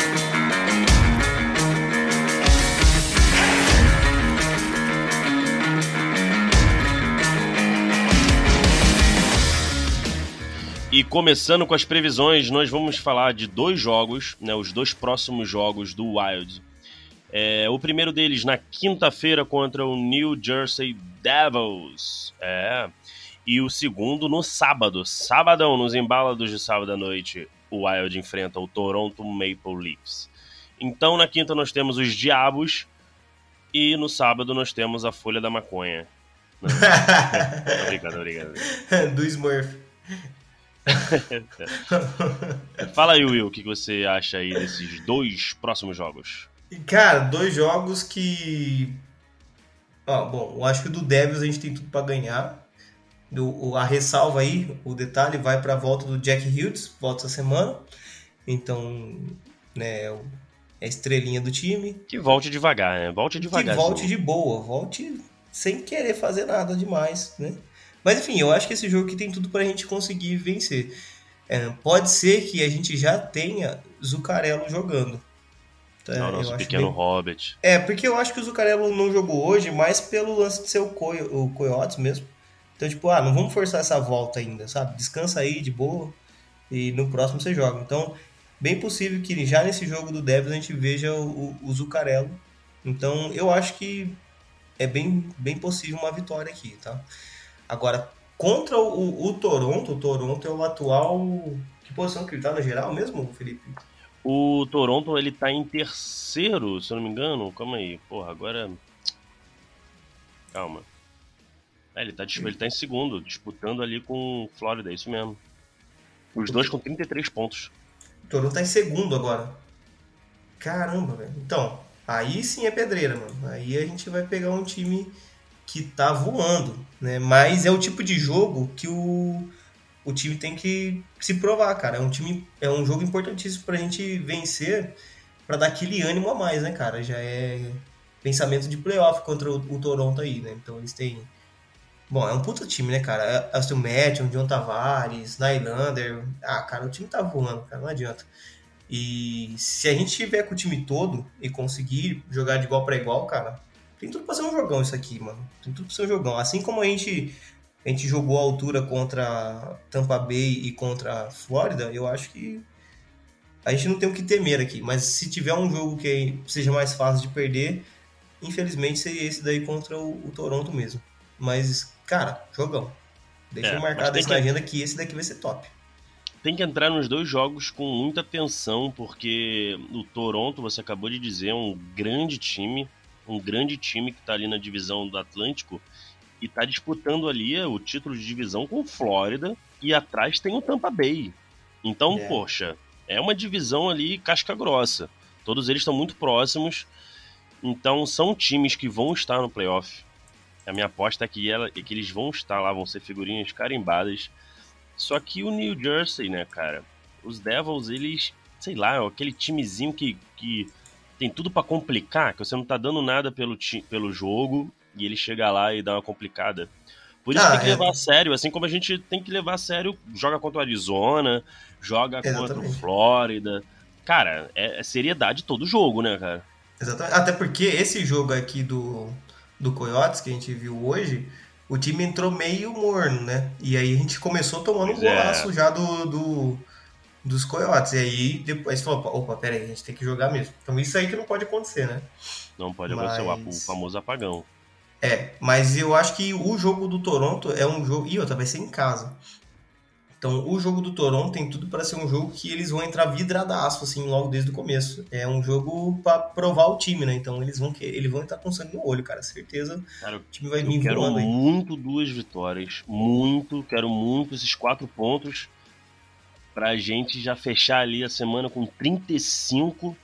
C: E começando com as previsões, nós vamos falar de dois jogos, né, os dois próximos jogos do Wild. É, o primeiro deles na quinta-feira contra o New Jersey Devils. É... E o segundo no sábado, sabadão, nos embalados de sábado à noite, o Wild enfrenta o Toronto Maple Leafs. Então na quinta nós temos os Diabos e no sábado nós temos a Folha da Maconha. Obrigado, obrigado.
D: Do Smurf.
C: Fala aí, Will, o que você acha aí desses dois próximos jogos?
D: Cara, dois jogos que... Ó, bom, eu acho que o do Devils a gente tem tudo pra ganhar. Do, a ressalva aí, o detalhe, vai para a volta do Jack Hughes, volta essa semana. Então, né, é a estrelinha do time.
C: Que volte devagar, né? Volte devagar.
D: Que volte de boa, volte sem querer fazer nada demais, né? Mas enfim, eu acho que esse jogo aqui tem tudo pra gente conseguir vencer. É, pode ser que a gente já tenha Zuccarello jogando.
C: É o nosso
D: eu acho
C: pequeno
D: bem...
C: Hobbit.
D: É, porque eu acho que o Zuccarello não jogou hoje, mais pelo lance de ser o, Coy- o Coyotes mesmo. Então, tipo, ah, não vamos forçar essa volta ainda, sabe? Descansa aí de boa e no próximo você joga. Então, bem possível que já nesse jogo do Devils a gente veja o, o Zuccarello. Então, eu acho que é bem, bem possível uma vitória aqui, tá? Agora, contra o, o Toronto, o Toronto é o atual... Que posição que ele tá na geral mesmo, Felipe?
C: O Toronto, ele tá em terceiro, se eu não me engano. Calma aí, porra, agora... Calma. É, ele tá, ele tá em segundo, disputando ali com o Florida, é isso mesmo. Os dois com trinta e três pontos.
D: O Toronto tá em segundo agora. Caramba, velho. Então, aí sim é pedreira, mano. Aí a gente vai pegar um time que tá voando, né? Mas é o tipo de jogo que o, o time tem que se provar, cara. É um time, é um jogo importantíssimo pra gente vencer, pra dar aquele ânimo a mais, né, cara? Já é pensamento de playoff contra o, o Toronto aí, né? Então eles têm... Bom, é um puta time, né, cara? Aston Matthews, John Tavares, Nylander. Ah, cara, o time tá voando, cara, não adianta. E se a gente tiver com o time todo e conseguir jogar de igual para igual, cara, tem tudo pra ser um jogão isso aqui, mano. Tem tudo pra ser um jogão. Assim como a gente, a gente jogou a altura contra Tampa Bay e contra Flórida, eu acho que a gente não tem o que temer aqui. Mas se tiver um jogo que seja mais fácil de perder, infelizmente seria esse daí contra o, o Toronto mesmo. Mas, cara, jogão. Deixa
C: É,
D: eu marcar
C: mas tem
D: desse na
C: que-
D: agenda que esse daqui vai ser top.
C: Tem que entrar nos dois jogos com muita atenção, porque o Toronto, você acabou de dizer, é um grande time, um grande time que tá ali na divisão do Atlântico e tá disputando ali o título de divisão com o Flórida e atrás tem o Tampa Bay. Então,
D: É.
C: poxa, é uma divisão ali casca grossa. Todos eles estão muito próximos, então são times que vão estar no playoff. A minha aposta é que, ela, é que eles vão estar lá, vão ser figurinhas carimbadas. Só que o New Jersey, né, cara? Os Devils, eles, sei lá, é aquele timezinho que, que tem tudo pra complicar, que você não tá dando nada pelo, ti, pelo jogo, e ele chega lá e dá uma complicada. Por isso
D: Ah,
C: tem que
D: é.
C: levar a sério, assim como a gente tem que levar a sério, joga contra o Arizona, joga contra o
D: Exatamente.
C: Flórida. Cara, é, é seriedade todo jogo, né, cara?
D: Exatamente. Até porque esse jogo aqui do, do Coyotes que a gente viu hoje, o time entrou meio morno, né? E aí a gente começou tomando um
C: Pois é.
D: golaço já do, do, dos Coyotes. E aí depois falou, opa, pera aí, a gente tem que jogar mesmo. Então isso aí que não pode acontecer, né?
C: Não pode acontecer o- o famoso apagão.
D: É, mas eu acho que o jogo do Toronto é um jogo... Ih, outra, vai ser em casa. Então, o jogo do Toronto tem tudo para ser um jogo que eles vão entrar vidradaço, assim, logo desde o começo. É um jogo para provar o time, né? Então, eles vão, que- eles vão entrar com sangue no olho, cara. Certeza
C: Cara,
D: o time vai
C: eu
D: vir
C: quero
D: voando aí.
C: muito duas vitórias. Muito, quero muito esses quatro pontos pra gente já fechar ali a semana com trinta e cinco.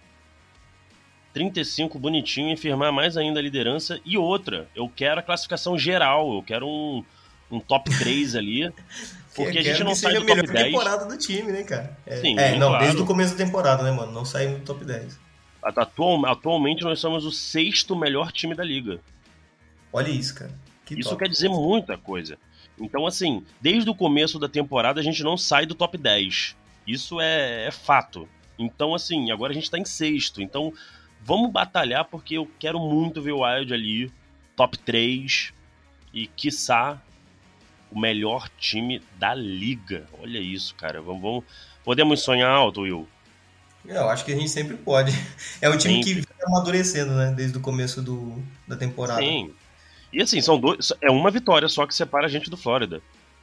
C: trinta e cinco bonitinho e firmar mais ainda a liderança. E outra, eu quero a classificação geral. Eu quero um, um top três ali. Porque a
D: Quero
C: gente não
D: que
C: sai
D: seja
C: do
D: a melhor
C: top dez.
D: temporada do time, né, cara? É,
C: Sim,
D: é, não,
C: claro.
D: desde o começo da temporada, né, mano? Não saímos do top dez.
C: Atual, atualmente nós somos o sexto melhor time da liga.
D: Olha isso, cara. Que
C: Isso
D: top.
C: quer dizer muita coisa. Então, assim, desde o começo da temporada a gente não sai do top dez. Isso é, é fato. Então, assim, agora a gente tá em sexto. Então, vamos batalhar porque eu quero muito ver o Wild ali, top três e, quiçá, o melhor time da liga. Olha isso, cara. Vamos, vamos... Podemos sonhar alto, Will?
D: Eu acho que a gente sempre pode. É um time
C: Sempre.
D: que vai amadurecendo, né? Desde o começo do, da temporada.
C: Sim. E assim, são dois, é uma vitória só que separa a gente do Flórida.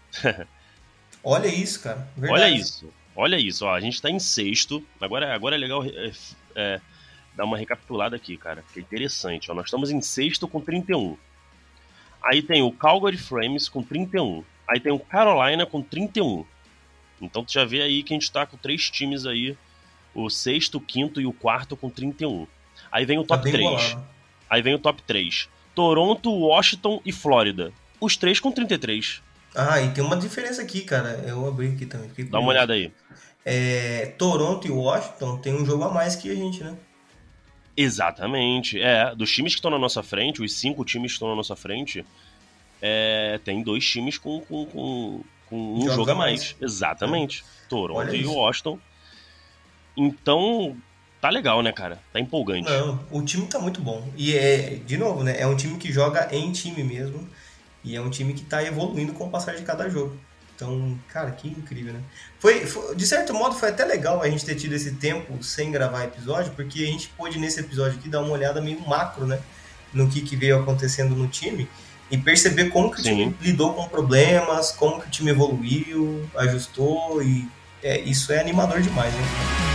D: Olha isso, cara. Verdade.
C: Olha isso. Olha isso, ó, a gente tá em sexto. Agora, agora é legal é, é, dar uma recapitulada aqui, cara, que é interessante. Ó, nós estamos em sexto com trinta e um. Aí tem o Calgary Flames com trinta e um. Aí tem o Carolina com trinta e um. Então tu já vê aí que a gente tá com três times aí. O sexto, o quinto e o quarto com trinta e um. Aí vem o
D: Tá
C: top
D: bem
C: três.
D: bolado.
C: Aí vem o top três. Toronto, Washington e Flórida. Os três com trinta e três.
D: Ah, e tem uma diferença aqui, cara. Eu abri aqui também. Fiquei
C: Dá uma
D: curioso.
C: olhada aí.
D: É, Toronto e Washington tem um jogo a mais que a gente, né?
C: Exatamente. É, dos times que estão na nossa frente, os cinco times que estão na nossa frente, é, tem dois times com, com, com, com um
D: Joga
C: jogo a mais.
D: mais.
C: Exatamente. É. Toronto
D: Olha
C: e
D: isso.
C: Washington. Então, tá legal, né, cara? Tá empolgante.
D: Não, o time tá muito bom. E é, de novo, né? É um time que joga em time mesmo. E é um time que tá evoluindo com o passar de cada jogo. Então, cara, que incrível, né? Foi, foi, de certo modo, foi até legal a gente ter tido esse tempo sem gravar episódio, porque a gente pôde, nesse episódio aqui, dar uma olhada meio macro, né? No que, que veio acontecendo no time e perceber como que o
C: Sim.
D: time lidou com problemas, como que o time evoluiu, ajustou, e é, isso é animador demais, né?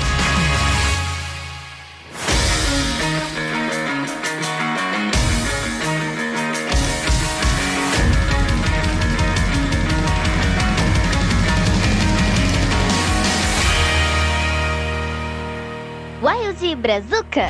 F: Wild Brazuca.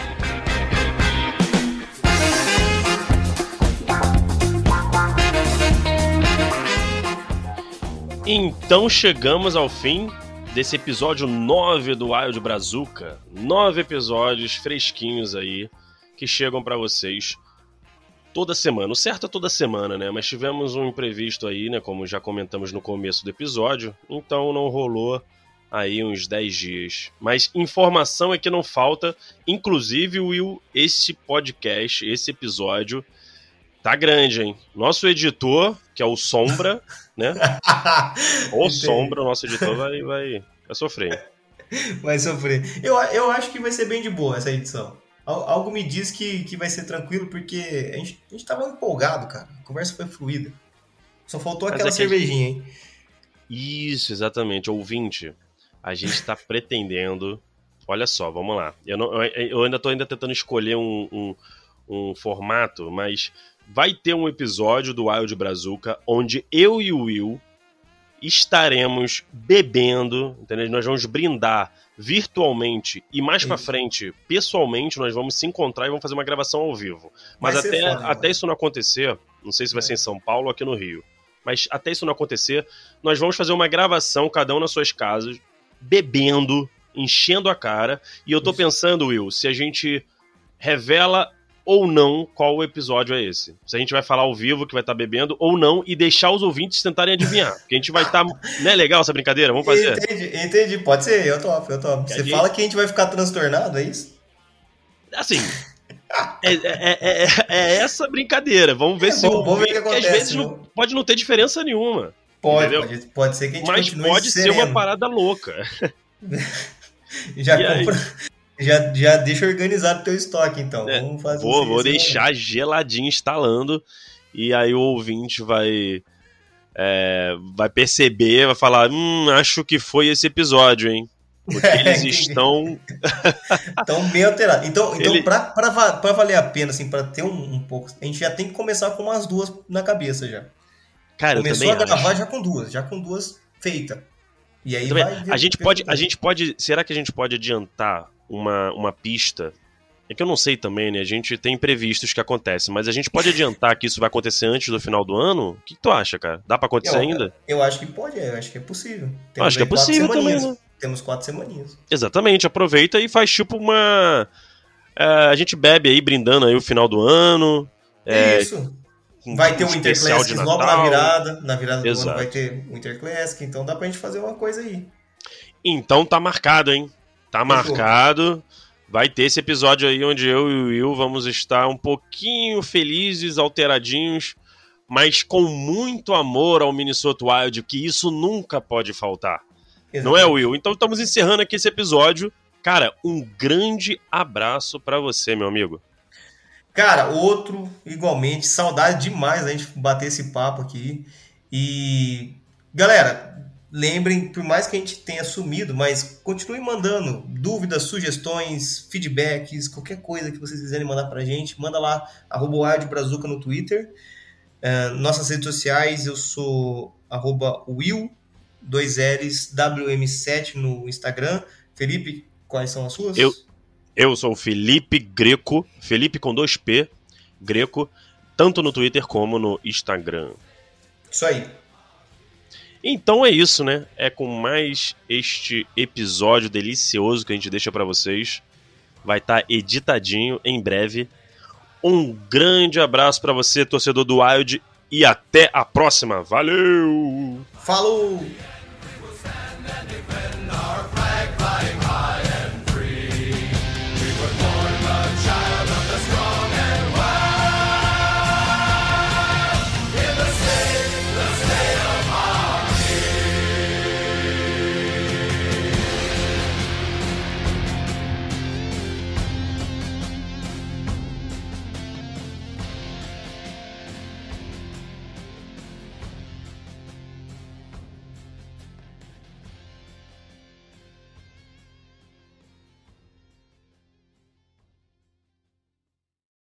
C: Então chegamos ao fim desse episódio nove do Wild Brazuca. Nove episódios fresquinhos aí que chegam pra vocês toda semana. O certo é toda semana, né? Mas tivemos um imprevisto aí, né? Como já comentamos no começo do episódio. Então não rolou aí uns dez dias. Mas informação é que não falta. Inclusive, Will, esse podcast, esse episódio, tá grande, hein? Nosso editor, que é o Sombra, né? O Sombra, o nosso editor, vai, vai, vai sofrer.
D: Vai sofrer. Eu, eu acho que vai ser bem de boa essa edição. Algo me diz que, que vai ser tranquilo, porque a gente, a gente tava empolgado, cara. A conversa foi fluida. Só faltou aquela
C: é
D: cervejinha,
C: gente...
D: hein?
C: Isso, exatamente. Ouvinte, a gente tá pretendendo... Olha só, vamos lá. Eu, não, eu ainda tô ainda tentando escolher um, um, um formato, mas vai ter um episódio do Wild Brazuca onde eu e o Will estaremos bebendo, entendeu? Nós vamos brindar virtualmente e mais isso. Pra frente, pessoalmente, nós vamos se encontrar e vamos fazer uma gravação ao vivo. Mas até, foda, até isso não acontecer, não sei se vai é. ser em São Paulo ou aqui no Rio, mas até isso não acontecer, nós vamos fazer uma gravação, cada um nas suas casas, bebendo, enchendo a cara, e eu tô isso. pensando, Will, se a gente revela ou não qual episódio é esse. Se a gente vai falar ao vivo que vai estar tá bebendo ou não e deixar os ouvintes tentarem adivinhar. Porque a gente vai estar... Tá... Não é legal essa brincadeira? Vamos fazer?
D: Entendi, entendi. Pode ser, eu topo, eu topo. Você gente... fala que a gente vai ficar transtornado, é isso?
C: Assim... é, é, é, é essa brincadeira. Vamos ver é, se...
D: Bom, vamos ver o que acontece.
C: Às vezes não, pode não ter diferença nenhuma.
D: Pode, pode, pode ser que a gente
C: Mas
D: continue
C: pode
D: sereno.
C: ser uma parada louca.
D: Já compra... Já, já deixa organizado o teu estoque, então.
C: É,
D: Vamos fazer
C: vou
D: isso
C: vou deixar geladinho instalando. E aí o ouvinte vai é, vai perceber, vai falar, hum, acho que foi esse episódio, hein? Porque eles estão...
D: Estão bem alterados. Então, então
C: Ele...
D: pra, pra, pra valer a pena, assim, pra ter um, um pouco... A gente já tem que começar com umas duas na cabeça, já.
C: Cara,
D: Começou
C: eu também
D: a gravar
C: acho.
D: já com duas, já com duas feitas. E aí
C: também,
D: vai... Ver,
C: a, gente
D: ver
C: pode, a gente pode... Será que a gente pode adiantar uma, uma pista? É que eu não sei também, né? A gente tem imprevistos que acontecem, mas a gente pode adiantar que isso vai acontecer antes do final do ano? O que, que tu acha, cara? Dá pra acontecer
D: eu,
C: ainda?
D: Eu acho que pode, eu acho que é possível.
C: Temos acho que é possível também, né?
D: Temos quatro semaninhas.
C: Exatamente, aproveita e faz tipo uma... É, a gente bebe aí, brindando aí o final do ano.
D: É, isso. Vai ter um Interclassic logo na virada. Na virada do
C: Exato.
D: ano vai ter um Interclassic, então dá pra gente fazer uma coisa aí.
C: Então tá marcado, hein? Tá Fechou. marcado. Vai ter esse episódio aí onde eu e o Will vamos estar um pouquinho felizes, alteradinhos, mas com muito amor ao Minnesota Wild, que isso nunca pode faltar. Exatamente. Não é, Will? Então estamos encerrando aqui esse episódio. Cara, um grande abraço pra você, meu amigo.
D: Cara, outro, igualmente, saudade demais da gente bater esse papo aqui. E, galera... Lembrem, por mais que a gente tenha sumido, mas continue mandando dúvidas, sugestões, feedbacks, qualquer coisa que vocês quiserem mandar pra gente, manda lá, arroba Wild Brazuca no Twitter. Uh, nossas redes sociais, eu sou arroba Will, dois L's, W M sete no Instagram. Felipe, quais são as suas?
C: Eu, eu sou o Felipe Greco, Felipe com dois P, Greco, tanto no Twitter como no Instagram.
D: Isso aí.
C: Então é isso, né? É com mais este episódio delicioso que a gente deixa pra vocês. Vai estar tá editadinho em breve. Um grande abraço pra você, torcedor do Wild, e até a próxima. Valeu!
D: Falou!